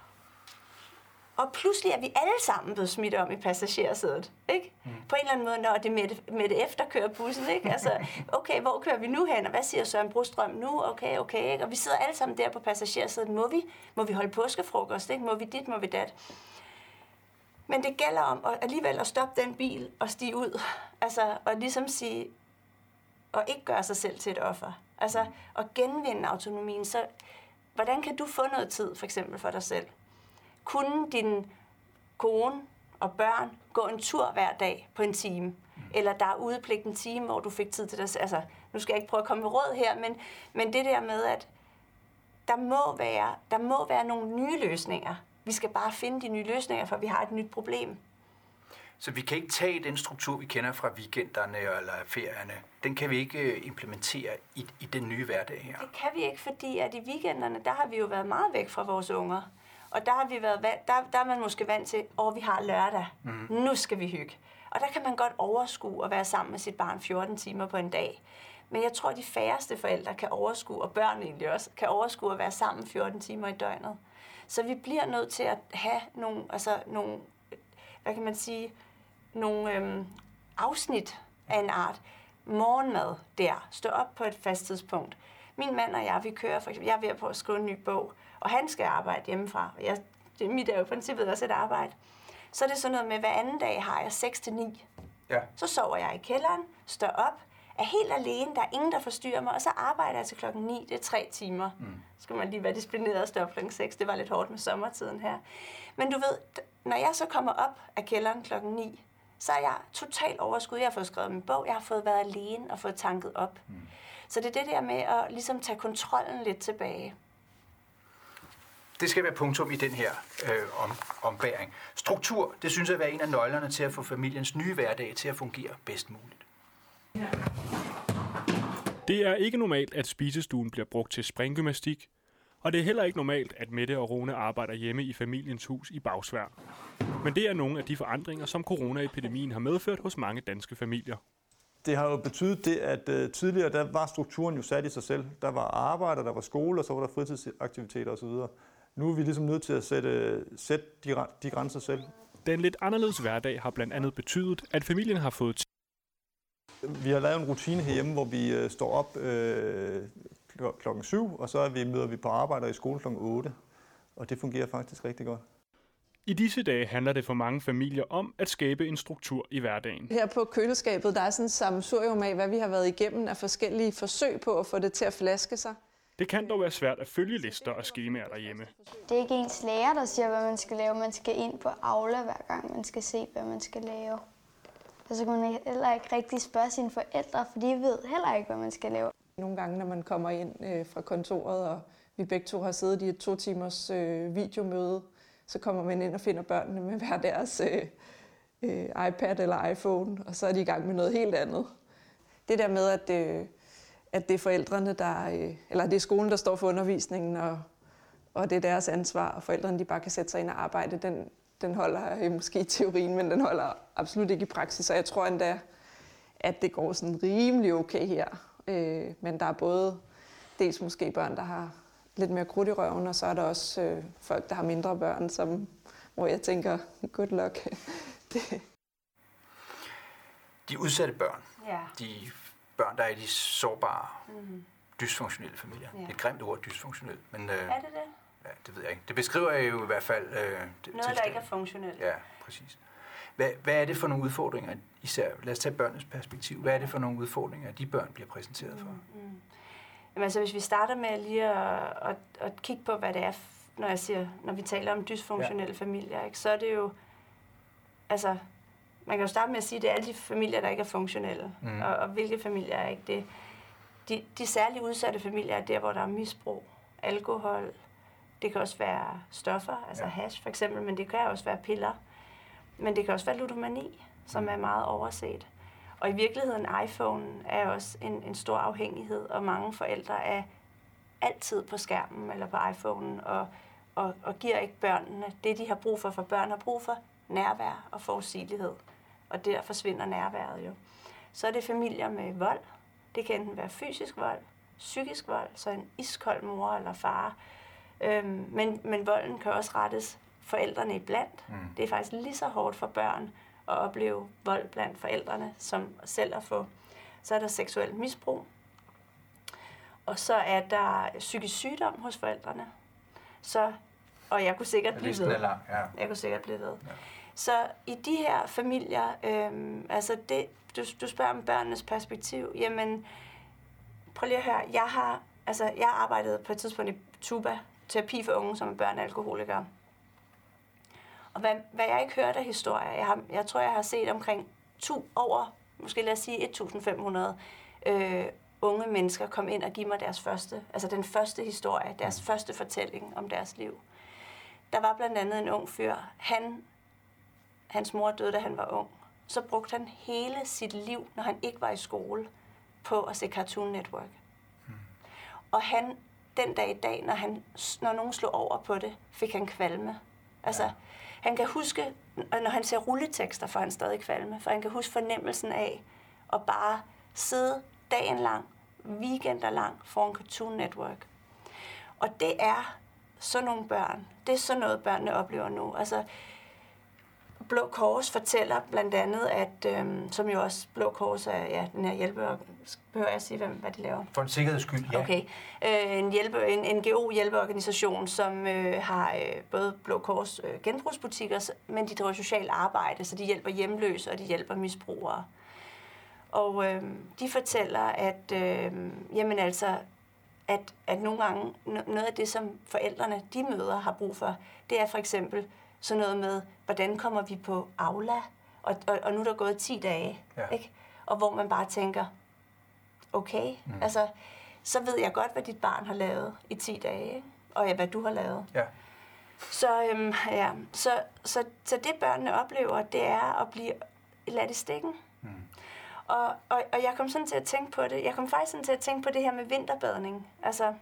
Og pludselig er vi alle sammen blevet smidt om i passagersædet, ikke? Mm. På en eller anden måde, når det med det, med det efter kører bussen, ikke? Altså, okay, hvor kører vi nu hen, og hvad siger Søren Brostrøm nu? Okay, okay, ikke? Og vi sidder alle sammen der på passagersædet. Må vi, må vi holde påskefrokost, ikke? Må vi dit, må vi dat? Men det gælder om at alligevel at stoppe den bil og stige ud. Altså, og ligesom sige, og ikke gøre sig selv til et offer. Altså, at genvinde autonomien. Så, hvordan kan du få noget tid, for eksempel for dig selv? Kunne din kone og børn gå en tur hver dag på en time? Eller der er udepligt en time, hvor du fik tid til det? Altså, nu skal jeg ikke prøve at komme med råd her, men, men det der med, at der må være, der må være nogle nye løsninger. Vi skal bare finde de nye løsninger, for vi har et nyt problem. Så vi kan ikke tage den struktur, vi kender fra weekenderne eller ferierne. Den kan vi ikke implementere i, i den nye hverdag her. Det kan vi ikke, fordi at i weekenderne, der har vi jo været meget væk fra vores unger. Og der har vi været vant, der, der er man måske vant til, at vi har lørdag. Mm. Nu skal vi hygge. Og der kan man godt overskue at være sammen med sit barn fjorten timer på en dag. Men jeg tror, at de færreste forældre kan overskue, og børn egentlig også, kan overskue at være sammen fjorten timer i døgnet. Så vi bliver nødt til at have nogle, altså nogle, hvad kan man sige, nogle øhm, afsnit af en art. Morgenmad der, stå op på et fast tidspunkt. Min mand og jeg, vi kører for eksempel, jeg er ved på at skrive en ny bog, og han skal arbejde hjemmefra. Jeg, det, mit er jo i princippet også et arbejde. Så er det sådan noget med, hver anden dag har jeg seks til ni. Ja. Så sover jeg i kælderen, står op, er helt alene, der er ingen, der forstyrrer mig, og så arbejder jeg til klokken ni, det er tre timer. Mm. Så skal man lige være disciplineret og stå op klokken seks, det var lidt hårdt med sommertiden her. Men du ved, når jeg så kommer op af kælderen klokken ni, så er jeg totalt overskud. Jeg har fået skrevet min bog, jeg har fået været alene og fået tanket op. Mm. Så det er det der med at ligesom tage kontrollen lidt tilbage. Det skal være punktum i den her øh, om, ombæring. Struktur, det synes jeg er en af nøglerne til at få familiens nye hverdag til at fungere bedst muligt. Ja. Det er ikke normalt, at spisestuen bliver brugt til springgymnastik, og det er heller ikke normalt, at Mette og Rune arbejder hjemme i familiens hus i Bagsværd. Men det er nogle af de forandringer, som coronaepidemien har medført hos mange danske familier. Det har jo betydet det, at øh, tidligere der var strukturen jo sat i sig selv. Der var arbejde, der var skole, og så var der fritidsaktiviteter osv. Nu er vi ligesom nødt til at sætte, sætte de, de grænser selv. Den lidt anderledes hverdag har blandt andet betydet, at familien har fået tid. Vi har lavet en rutine herhjemme, hvor vi øh, står op øh, klokken syv, og så er vi, møder vi på arbejde i skole klokken otte. Og det fungerer faktisk rigtig godt. I disse dage handler det for mange familier om at skabe en struktur i hverdagen. Her på køleskabet, der er sådan et sammensurium af, hvad vi har været igennem af forskellige forsøg på at få det til at flaske sig. Det kan dog være svært at følge lister og skemaer derhjemme. Det er ikke ens lærer, der siger, hvad man skal lave. Man skal ind på Aula hver gang, man skal se, hvad man skal lave. Og så kan man heller ikke rigtig spørge sine forældre, for de ved heller ikke, hvad man skal lave. Nogle gange, når man kommer ind øh, fra kontoret, og vi begge to har siddet i et to timers øh, videomøde, så kommer man ind og finder børnene med hver deres øh, øh, iPad eller iPhone, og så er de i gang med noget helt andet. Det der med, at, øh, at det er forældrene, der, øh, eller det er skolen, der står for undervisningen, og, og det er deres ansvar, og forældrene de bare kan sætte sig ind og arbejde, den, den holder øh, måske i teorien, men den holder absolut ikke i praksis. Og jeg tror endda, at det går sådan rimelig okay her. Øh, men der er både dels måske børn, der har lidt mere krudt i røven, og så er der også øh, folk, der har mindre børn, som, hvor jeg tænker, good luck. det. De udsatte børn, ja. De børn, der er i de sårbare, mm-hmm. dysfunktionelle familier. Ja. Det er et grimt ord, dysfunktionel. Men, øh, er det det? Ja, det ved jeg ikke. Det beskriver jo i hvert fald... Øh, Noget, tilstand. Der ikke er funktionelt. Ja, præcis. Hvad, hvad er det for nogle udfordringer, især, lad os tage børnenes perspektiv, hvad er det for nogle udfordringer, de børn bliver præsenteret for? Mm, mm. Jamen, altså, hvis vi starter med lige at, at, at kigge på, hvad det er, når, jeg siger, når vi taler om dysfunktionelle ja. familier, ikke, så er det jo, altså, man kan jo starte med at sige, at det er alle de familier, der ikke er funktionelle, mm. og, og hvilke familier er ikke det. De, de særligt udsatte familier er der, hvor der er misbrug, alkohol, det kan også være stoffer, altså ja. hash for eksempel, men det kan også være piller, men det kan også være ludomani, som mm. er meget overset. Og i virkeligheden, iPhone er også en, en stor afhængighed, og mange forældre er altid på skærmen eller på iPhonen, og, og, og giver ikke børnene det, de har brug for, for børn har brug for nærvær og forudsigelighed. Og der forsvinder nærværet jo. Så er det familier med vold. Det kan enten være fysisk vold, psykisk vold, så en iskold mor eller far. Øhm, men, men volden kan også rettes forældrene iblandt. Mm. Det er faktisk lige så hårdt for børn at opleve vold blandt forældrene, som selv at få. Så er der seksuel misbrug. Og så er der psykisk sygdom hos forældrene. Så, og jeg kunne sikkert blive ved. Lang, ja. Jeg kunne sikkert blive ved. Ja. Så i de her familier, øhm, altså det, du, du spørger om børnenes perspektiv, jamen prøv lige at høre, jeg har, altså jeg arbejdede på et tidspunkt i Tuba, terapi for unge, som er børn og alkoholikere. Og hvad, hvad jeg ikke hørte af historier, jeg, har, jeg tror, jeg har set omkring to over, måske lad os sige et tusind fem hundrede øh, unge mennesker komme ind og give mig deres første, altså den første historie, deres første fortælling om deres liv. Der var blandt andet en ung fyr, han, hans mor døde, da han var ung. Så brugte han hele sit liv, når han ikke var i skole, på at se Cartoon Network. Hmm. Og han, den dag i dag, når, han, når nogen slog over på det, fik han kvalme. Altså, ja. Han kan huske, når han ser rulletekster, får han stadig kvalme, for han kan huske fornemmelsen af at bare sidde dagen lang, weekender lang, foran Cartoon Network. Og det er sådan nogle børn. Det er sådan noget, børnene oplever nu. Altså, Blå Kors fortæller blandt andet, at, øhm, som jo også Blå Kors er, ja, den her hjælpe, behøver jeg at sige, hvem, hvad de laver? For en sikkerheds skyld, ja. Okay. Øh, en, hjælpe, en N G O-hjælpeorganisation, som øh, har øh, både Blå Kors øh, genbrugsbutikker, men de driver socialt arbejde, så de hjælper hjemløse, og de hjælper misbrugere. Og øh, de fortæller, at, øh, jamen altså, at, at nogle gange noget af det, som forældrene, de møder, har brug for, det er for eksempel sådan noget med, hvordan kommer vi på Aula, og, og, og nu er der gået ti dage, ja. Ikke? Og hvor man bare tænker, okay, mm. altså, så ved jeg godt, hvad dit barn har lavet i ti dage, ikke? Og ja, hvad du har lavet. Ja. Så, øhm, ja, så, så, så det børnene oplever, det er at blive ladt i stikken. Mm. Og, og, og jeg kom sådan til at tænke på det, jeg kom faktisk sådan til at tænke på det her med vinterbadning. Altså,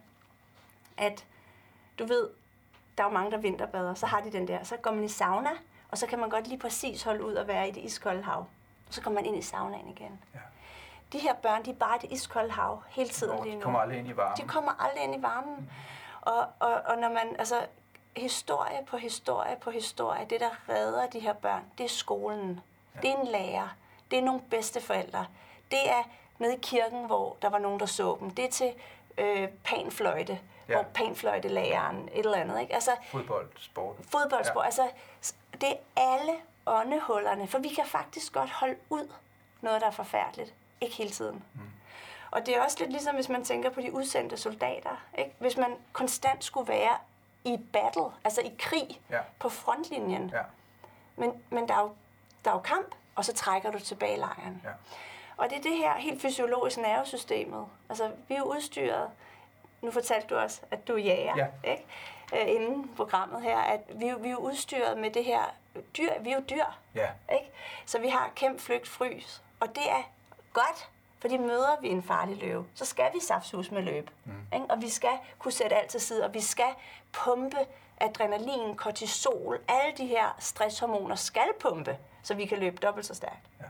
at du ved, der er jo mange, der vinterbader, så har de den der, så går man i sauna, og så kan man godt lige præcis holde ud og være i det iskolde hav. Og så kommer man ind i saunaen igen. Ja. De her børn, de er bare i det iskolde hav hele tiden Nå, lige nu. De kommer aldrig ind i varmen. De kommer aldrig ind i varmen. Mm. Og, og, og når man, altså, historie på historie på historie, det der redder de her børn, det er skolen. Ja. Det er en lærer. Det er nogle bedsteforældre. Det er nede i kirken, hvor der var nogen, der så dem. Det er til øh, panfløjte, ja. Hvor panfløjtelæreren, et eller andet, ikke? Altså, fodboldsport. Fodboldsport. Ja. Altså, det er alle åndehullerne, for vi kan faktisk godt holde ud noget, der er forfærdeligt. Ikke hele tiden. Mm. Og det er også lidt ligesom, hvis man tænker på de udsendte soldater, ikke? Hvis man konstant skulle være i battle, altså i krig, ja. På frontlinjen. Ja. Men, men der, er jo, der er jo kamp, og så trækker du tilbage i lejren. Ja. Og det er det her helt fysiologisk nervesystemet. Altså, vi er jo udstyret. Nu fortalte du også, at du er jæger, ja. Ikke? Øh, inden programmet her, at vi, vi er jo udstyret med det her dyr. Vi er jo dyr, ja. Ikke? Så vi har kæmp, flygt, frys. Og det er godt, fordi møder vi en farlig løve, så skal vi saftsus med løb. Mm. Ikke? Og vi skal kunne sætte alt til side, og vi skal pumpe adrenalin, kortisol, alle de her stresshormoner skal pumpe, så vi kan løbe dobbelt så stærkt. Ja.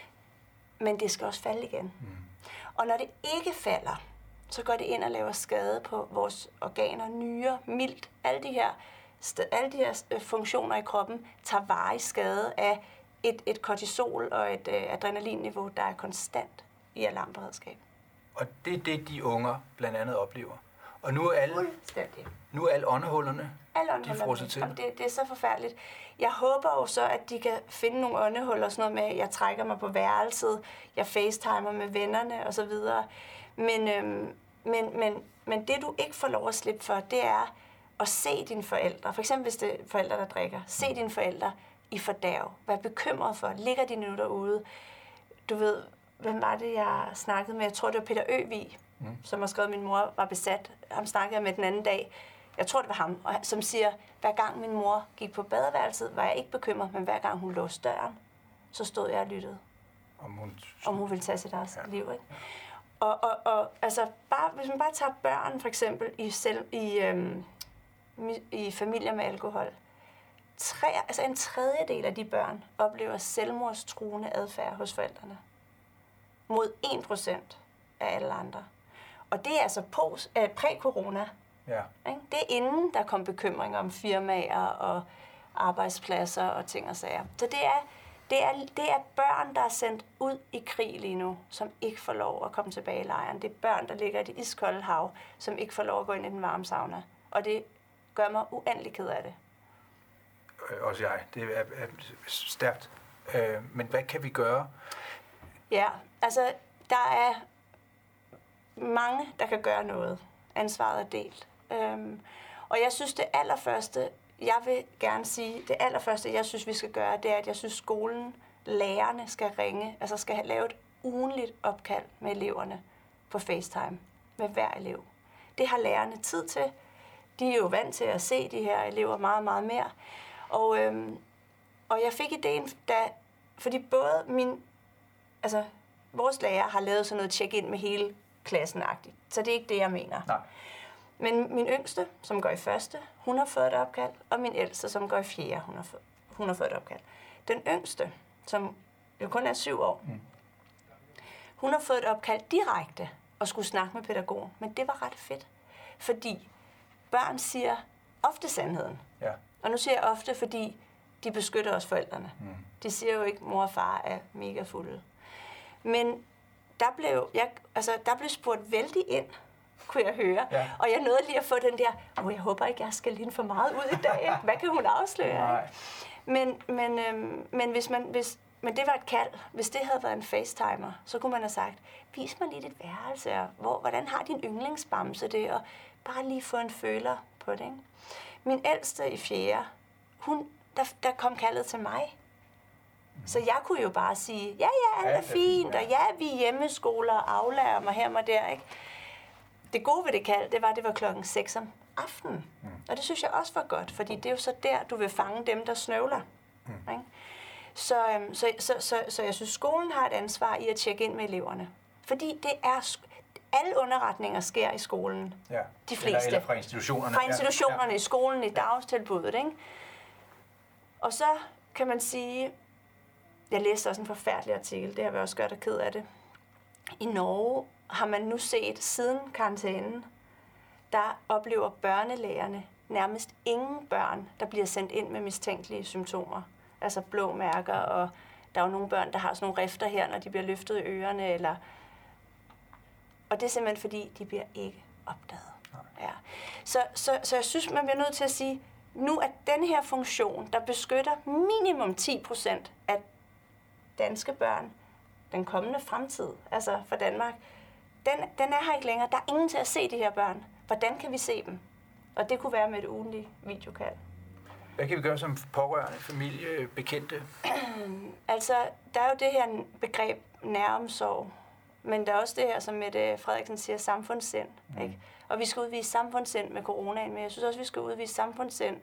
Men det skal også falde igen. Mm. Og når det ikke falder, så går det ind og laver skade på vores organer, nyrer, mildt. Alle de her, alle de her funktioner i kroppen tager varig skade af et, et kortisol og et øh, adrenalinniveau, der er konstant i alarmberedskab. Og det er det, de unger blandt andet oplever. Og nu er alle, nu er alle åndehullerne, alle åndehullerne, de er frosset til. Det, det er så forfærdeligt. Jeg håber jo så, at de kan finde nogle åndehuller, sådan noget med, at jeg trækker mig på værelset, jeg facetimer med vennerne osv. Men, øhm, men, men, men det, du ikke får lov at slippe for, det er at se dine forældre. For eksempel, hvis det er forældre, der drikker. Se dine forældre i fordærv. Vær bekymret for. Ligger de nu derude? Du ved, hvem var det, jeg snakkede med? Jeg tror, det var Peter Øvig, mm. som har skrevet, at min mor var besat. Ham snakkede jeg med den anden dag. Jeg tror, det var ham, og som siger, hver gang min mor gik på badeværelset, var jeg ikke bekymret, men hver gang hun låste døren, så stod jeg og lyttede. Om hun, Om hun ville tage sit eget ja. liv, ikke? Og, og, og altså, bare, hvis man bare tager børn, for eksempel, i, selv, i, øhm, i familier med alkohol, tre, altså en tredjedel af de børn oplever selvmordstruende adfærd hos forældrene. Mod en procent af alle andre. Og det er altså post, øh, præ-corona. Ja. Ikke? Det er inden der kom bekymringer om firmaer og arbejdspladser og ting og sager. Så det er, det er, det er børn, der er sendt ud i krig lige nu, som ikke får lov at komme tilbage i lejren. Det er børn, der ligger i det iskolde hav, som ikke får lov at gå ind i den varme sauna. Og det gør mig uendelig ked af det. Også jeg. Det er, er stærkt. Øh, men hvad kan vi gøre? Ja, altså, der er mange, der kan gøre noget. Ansvaret er delt. Øhm, og jeg synes, det allerførste, jeg vil gerne sige, det allerførste, jeg synes, vi skal gøre, det er, at jeg synes, skolen, lærerne skal ringe, altså skal lave et ugenligt opkald med eleverne på FaceTime, med hver elev. Det har lærerne tid til. De er jo vant til at se de her elever meget, meget mere. Og, øhm, og jeg fik ideen, da, fordi både min, altså vores lærer har lavet sådan noget check-in med hele klassen-agtigt, så det er ikke det, jeg mener. Nej. Men min yngste, som går i første, hun har fået et opkald, og min ældste, som går i fjerde, hun har fået, hun har fået et opkald. Den yngste, som jo kun er syv år, mm. hun har fået et opkald direkte og skulle snakke med pædagogen, men det var ret fedt, fordi børn siger ofte sandheden. Ja. Og nu siger jeg ofte, fordi de beskytter også forældrene. Mm. De siger jo ikke, mor og far er mega fulde. Men der blev, jeg, altså, der blev spurgt vældig ind, kunne jeg høre. Ja. Og jeg nåede lige at få den der, oh, jeg håber ikke, jeg skal lige for meget ud i dag. Hvad kan hun afsløre? Nej. Men, men, øhm, men, hvis man, hvis, men det var et kald. Hvis det havde været en facetimer, så kunne man have sagt, vis mig lige dit værelse, og hvor, hvordan har din yndlingsbamse det, og bare lige få en føler på det. Ikke? Min ældste i fjerde, hun, der, der kom kaldet til mig. Så jeg kunne jo bare sige, ja, ja, alt er fint, og ja, vi er hjemmeskoler og aflærer mig her og der, ikke? Det gode ved det kald, det var, at det var klokken seks om aftenen. Mm. Og det synes jeg også var godt, fordi det er jo så der, du vil fange dem, der snøvler. Mm. Ikke? Så, så, så, så, så jeg synes, skolen har et ansvar i at tjekke ind med eleverne. Fordi det er, alle underretninger sker i skolen. Ja. De fleste. Eller, eller fra institutionerne. Fra institutionerne, ja. I skolen, i ja. dagstilbuddet. Ikke? Og så kan man sige, jeg læste også en forfærdelig artikel, det har jeg også godt og ked af det. I Norge har man nu set, siden karantænen, der oplever børnelægerne nærmest ingen børn, der bliver sendt ind med mistænkelige symptomer. Altså blå mærker, og der er jo nogle børn, der har sådan nogle rifter her, når de bliver løftet i ørerne. Eller... Og det er simpelthen fordi, de bliver ikke opdaget. Ja. Så, så, så jeg synes, man bliver nødt til at sige, nu er den her funktion, der beskytter minimum ti procent af danske børn, den kommende fremtid, altså for Danmark, den, den er her ikke længere. Der er ingen til at se de her børn. Hvordan kan vi se dem? Og det kunne være med et ugentligt videokald. Hvad kan vi gøre som pårørende, familie, bekendte? Altså, der er jo det her begreb næromsorg, men der er også det her, som Mette Frederiksen siger, samfundssind. Mm. Ikke? Og vi skal udvise samfundssind med coronaen, men jeg synes også, vi skal udvise samfundssind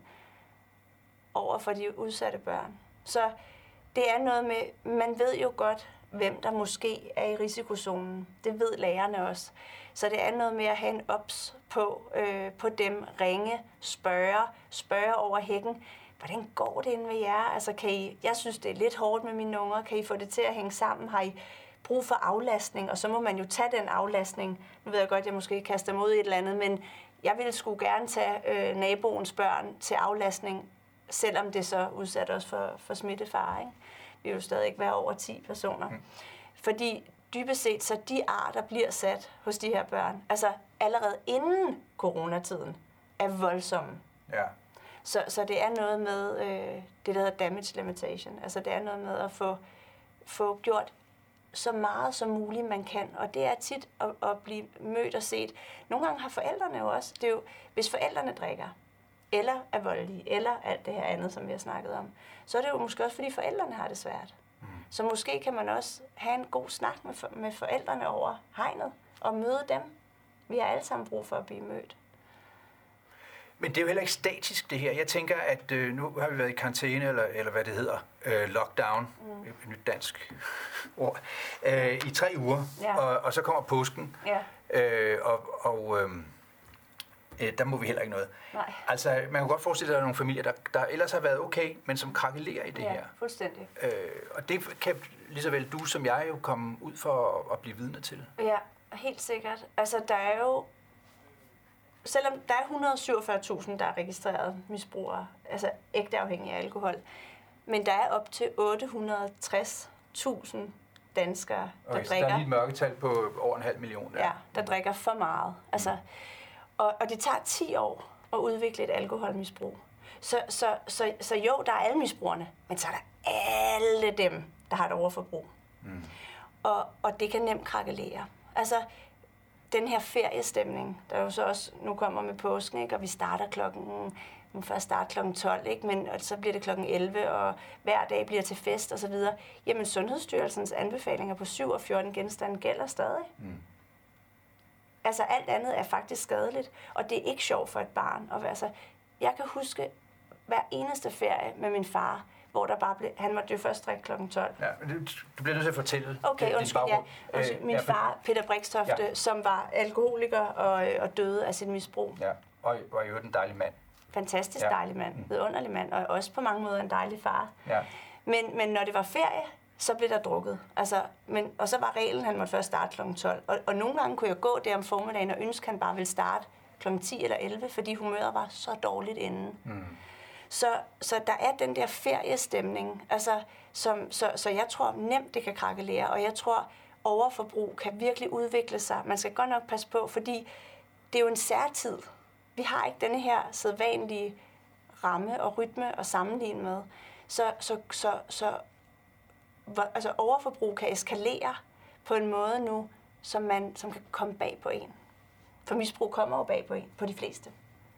over for de udsatte børn. Så det er noget med, man ved jo godt, hvem der måske er i risikozonen. Det ved lærerne også. Så det er noget med at have en ops på, øh, på dem, ringe, spørge, spørge over hækken. Hvordan går det inde ved jer? Altså, kan I, jeg synes, det er lidt hårdt med mine unger. Kan I få det til at hænge sammen? Har I brug for aflastning? Og så må man jo tage den aflastning. Nu ved jeg godt, at jeg måske kaster mod et eller andet, men jeg ville sgu gerne tage øh, naboens børn til aflastning, selvom det så udsat os for, for smittefare, ikke? Vi vil jo stadig ikke være over ti personer. Mm. Fordi dybest set, så de arter bliver sat hos de her børn, altså allerede inden coronatiden, er voldsomme. Ja. Så, så det er noget med øh, det, der hedder damage limitation. Altså det er noget med at få, få gjort så meget som muligt, man kan. Og det er tit at, at blive mødt og set. Nogle gange har forældrene jo også, det er jo, hvis forældrene drikker, eller er voldelige, eller alt det her andet, som vi har snakket om, så er det jo måske også, fordi forældrene har det svært. Mm. Så måske kan man også have en god snak med, for, med forældrene over hegnet, og møde dem. Vi har alle sammen brug for at blive mødt. Men det er jo heller ikke statisk, det her. Jeg tænker, at øh, nu har vi været i karantæne, eller, eller hvad det hedder, øh, lockdown, mm. et nyt dansk ord, øh, i tre uger, ja. og, og så kommer påsken, ja. øh, og, og øh, der må vi heller ikke noget. Nej. Altså, man kan godt forestille sig, at der er nogle familier, der, der ellers har været okay, men som krakelerer i det ja, her. Fuldstændig. Øh, og det kan lige så vel du som jeg jo komme ud for at, at blive vidne til. Ja, helt sikkert. Altså, der er jo, selvom der er et hundrede og syvogfyrre tusind, der er registreret misbrugere, altså ægte afhængige af alkohol, men der er op til otte hundrede og tres tusind danskere, der okay, drikker. Så der er lige et mørketal på over en halv million. Der. Ja, der drikker for meget. Altså, og, og det tager ti år at udvikle et alkoholmisbrug. Så, så, så, så jo, der er alle misbrugerne, men så er der alle dem, der har et overforbrug. Mm. Og, og det kan nemt krakelere. Altså, den her feriestemning, der jo så også nu kommer med påsken, ikke? Og vi starter klokken, nu først starte klokken tolv, ikke? Men og så bliver det klokken elleve, og hver dag bliver til fest og så videre. Jamen, Sundhedsstyrelsens anbefalinger på syv og fjorten genstande gælder stadig. Mm. Altså, alt andet er faktisk skadeligt, og det er ikke sjovt for et barn. Og, altså, jeg kan huske hver eneste ferie med min far, hvor der bare blev, han måtte jo først drikke klokken tolv. Ja, du bliver nødt til at fortælle. Okay, undskyld, ja. Undskyld, min far, Peter Brikstofte, ja. som var alkoholiker og, og døde af sit misbrug. Ja, og var jo en dejlig mand. Fantastisk ja. dejlig mand, vidunderlig mand, og også på mange måder en dejlig far. Ja. Men, men når det var ferie, så blev der drukket. Altså, men, og så var reglen, han måtte først starte klokken tolv. Og, og nogle gange kunne jeg gå der om formiddagen og ønske, han bare ville starte klokken ti eller elleve, fordi humøret var så dårligt inden. Mm. Så, så der er den der feriestemning, altså, som, så, så jeg tror nemt, det kan krakelere, og jeg tror, overforbrug kan virkelig udvikle sig. Man skal godt nok passe på, fordi det er jo en særtid. Vi har ikke denne her sædvanlige ramme og rytme at sammenligne med. Så, så, så, så altså overforbrug kan eskalere på en måde nu, som, man, som kan komme bag på en. For misbrug kommer jo bag på en, på de fleste.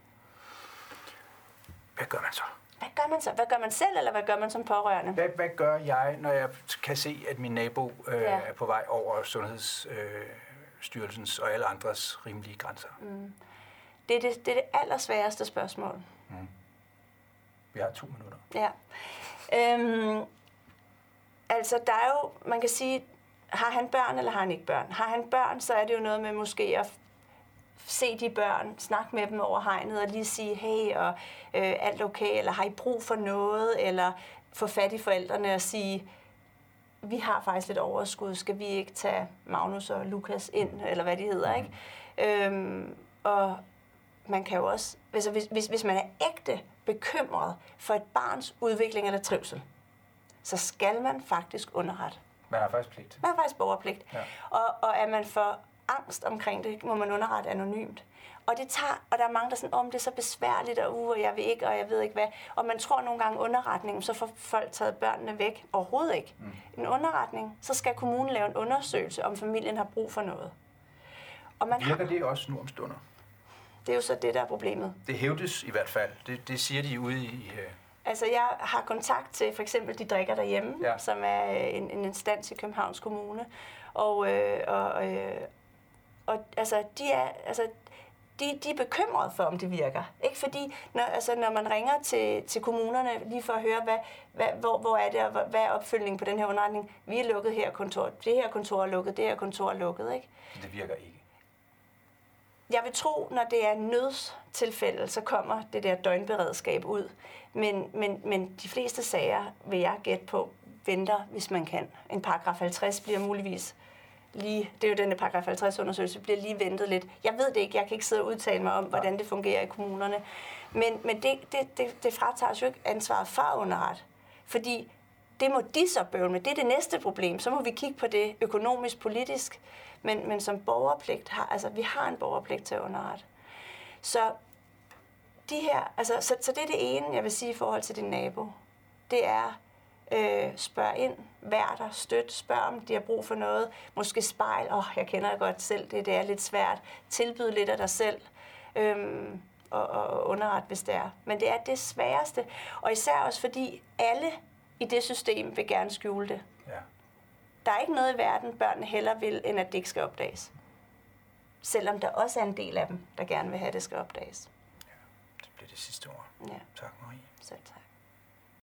Hvad gør man så? Hvad gør man så? Hvad gør man selv, eller hvad gør man som pårørende? Hvad, hvad gør jeg, når jeg kan se, at min nabo øh, ja. er på vej over Sundhedsstyrelsens øh, og alle andres rimelige grænser? Mm. Det, er det, det er det allersværeste spørgsmål. Mm. Vi har to minutter. Ja. Øhm, altså, der er jo, man kan sige, har han børn, eller har han ikke børn? Har han børn, så er det jo noget med måske at se de børn, snakke med dem over hegnet og lige sige, hey, og øh, alt okay, eller har I brug for noget, eller få fat i forældrene og sige, vi har faktisk lidt overskud, skal vi ikke tage Magnus og Lukas ind, eller hvad de hedder, ikke? Øhm, og man kan jo også, altså hvis, hvis, hvis man er ægte bekymret for et barns udvikling eller trivsel, så skal man faktisk underrette. Man har faktisk pligt. Man har faktisk borgerpligt. Ja. Og, og er man for angst omkring det, må man underrette anonymt. Og det tager, og der er mange, der sådan, om oh, det er så besværligt, og uh, og jeg vil ikke, og jeg ved ikke hvad. Og man tror nogle gange underretningen, så får folk taget børnene væk. Overhovedet ikke. Mm. En underretning, så skal kommunen lave en undersøgelse, om familien har brug for noget. Og man Virker har, det også nu om stunder? Det er jo så det, der er problemet. Det hævdes i hvert fald. Det, det siger de ude i... Uh... Altså, jeg har kontakt til for eksempel De Drikker Derhjemme, ja. som er en, en instans i Københavns Kommune. Og, øh, og, øh, og altså, de er... Altså, De, de er bekymrede for, om det virker. Ikke? Fordi når, altså, når man ringer til, til kommunerne lige for at høre, hvad, hvad, hvor, hvor er det, og hvad er opfølgningen på den her underretning. Vi er lukket her kontor, det her kontor er lukket, det her kontor er lukket. Ikke? Det virker ikke. Jeg vil tro, når det er nødstilfælde, så kommer det der døgnberedskab ud. Men, men, men de fleste sager, vil jeg gætte på, venter, hvis man kan. En paragraf halvtreds bliver muligvis lige, det er jo denne paragraf halvtreds undersøgelse, bliver lige ventet lidt. Jeg ved det ikke, jeg kan ikke sidde og udtale mig om, hvordan det fungerer i kommunerne. Men, men det, det, det, det fratager jo ikke ansvaret for underret. Fordi det må de så bøvle med. Det er det næste problem. Så må vi kigge på det økonomisk, politisk. Men, men som borgerpligt har, altså vi har en borgerpligt til at underrette. Så de her, altså, så, så det er det ene, jeg vil sige i forhold til din nabo. Det er, Øh, spørg ind, vær der, støt, spørg om de har brug for noget, måske spejl, åh, oh, jeg kender det godt selv, det, det er lidt svært, tilbyde lidt af dig selv, øhm, og, og underret, hvis det er. Men det er det sværeste, og især også fordi alle i det system vil gerne skjule det. Ja. Der er ikke noget i verden, børnene hellere vil, end at det ikke skal opdages. Selvom der også er en del af dem, der gerne vil have, at det skal opdages. Ja, det bliver det sidste ord. Ja. Tak, Marie. Selv tak.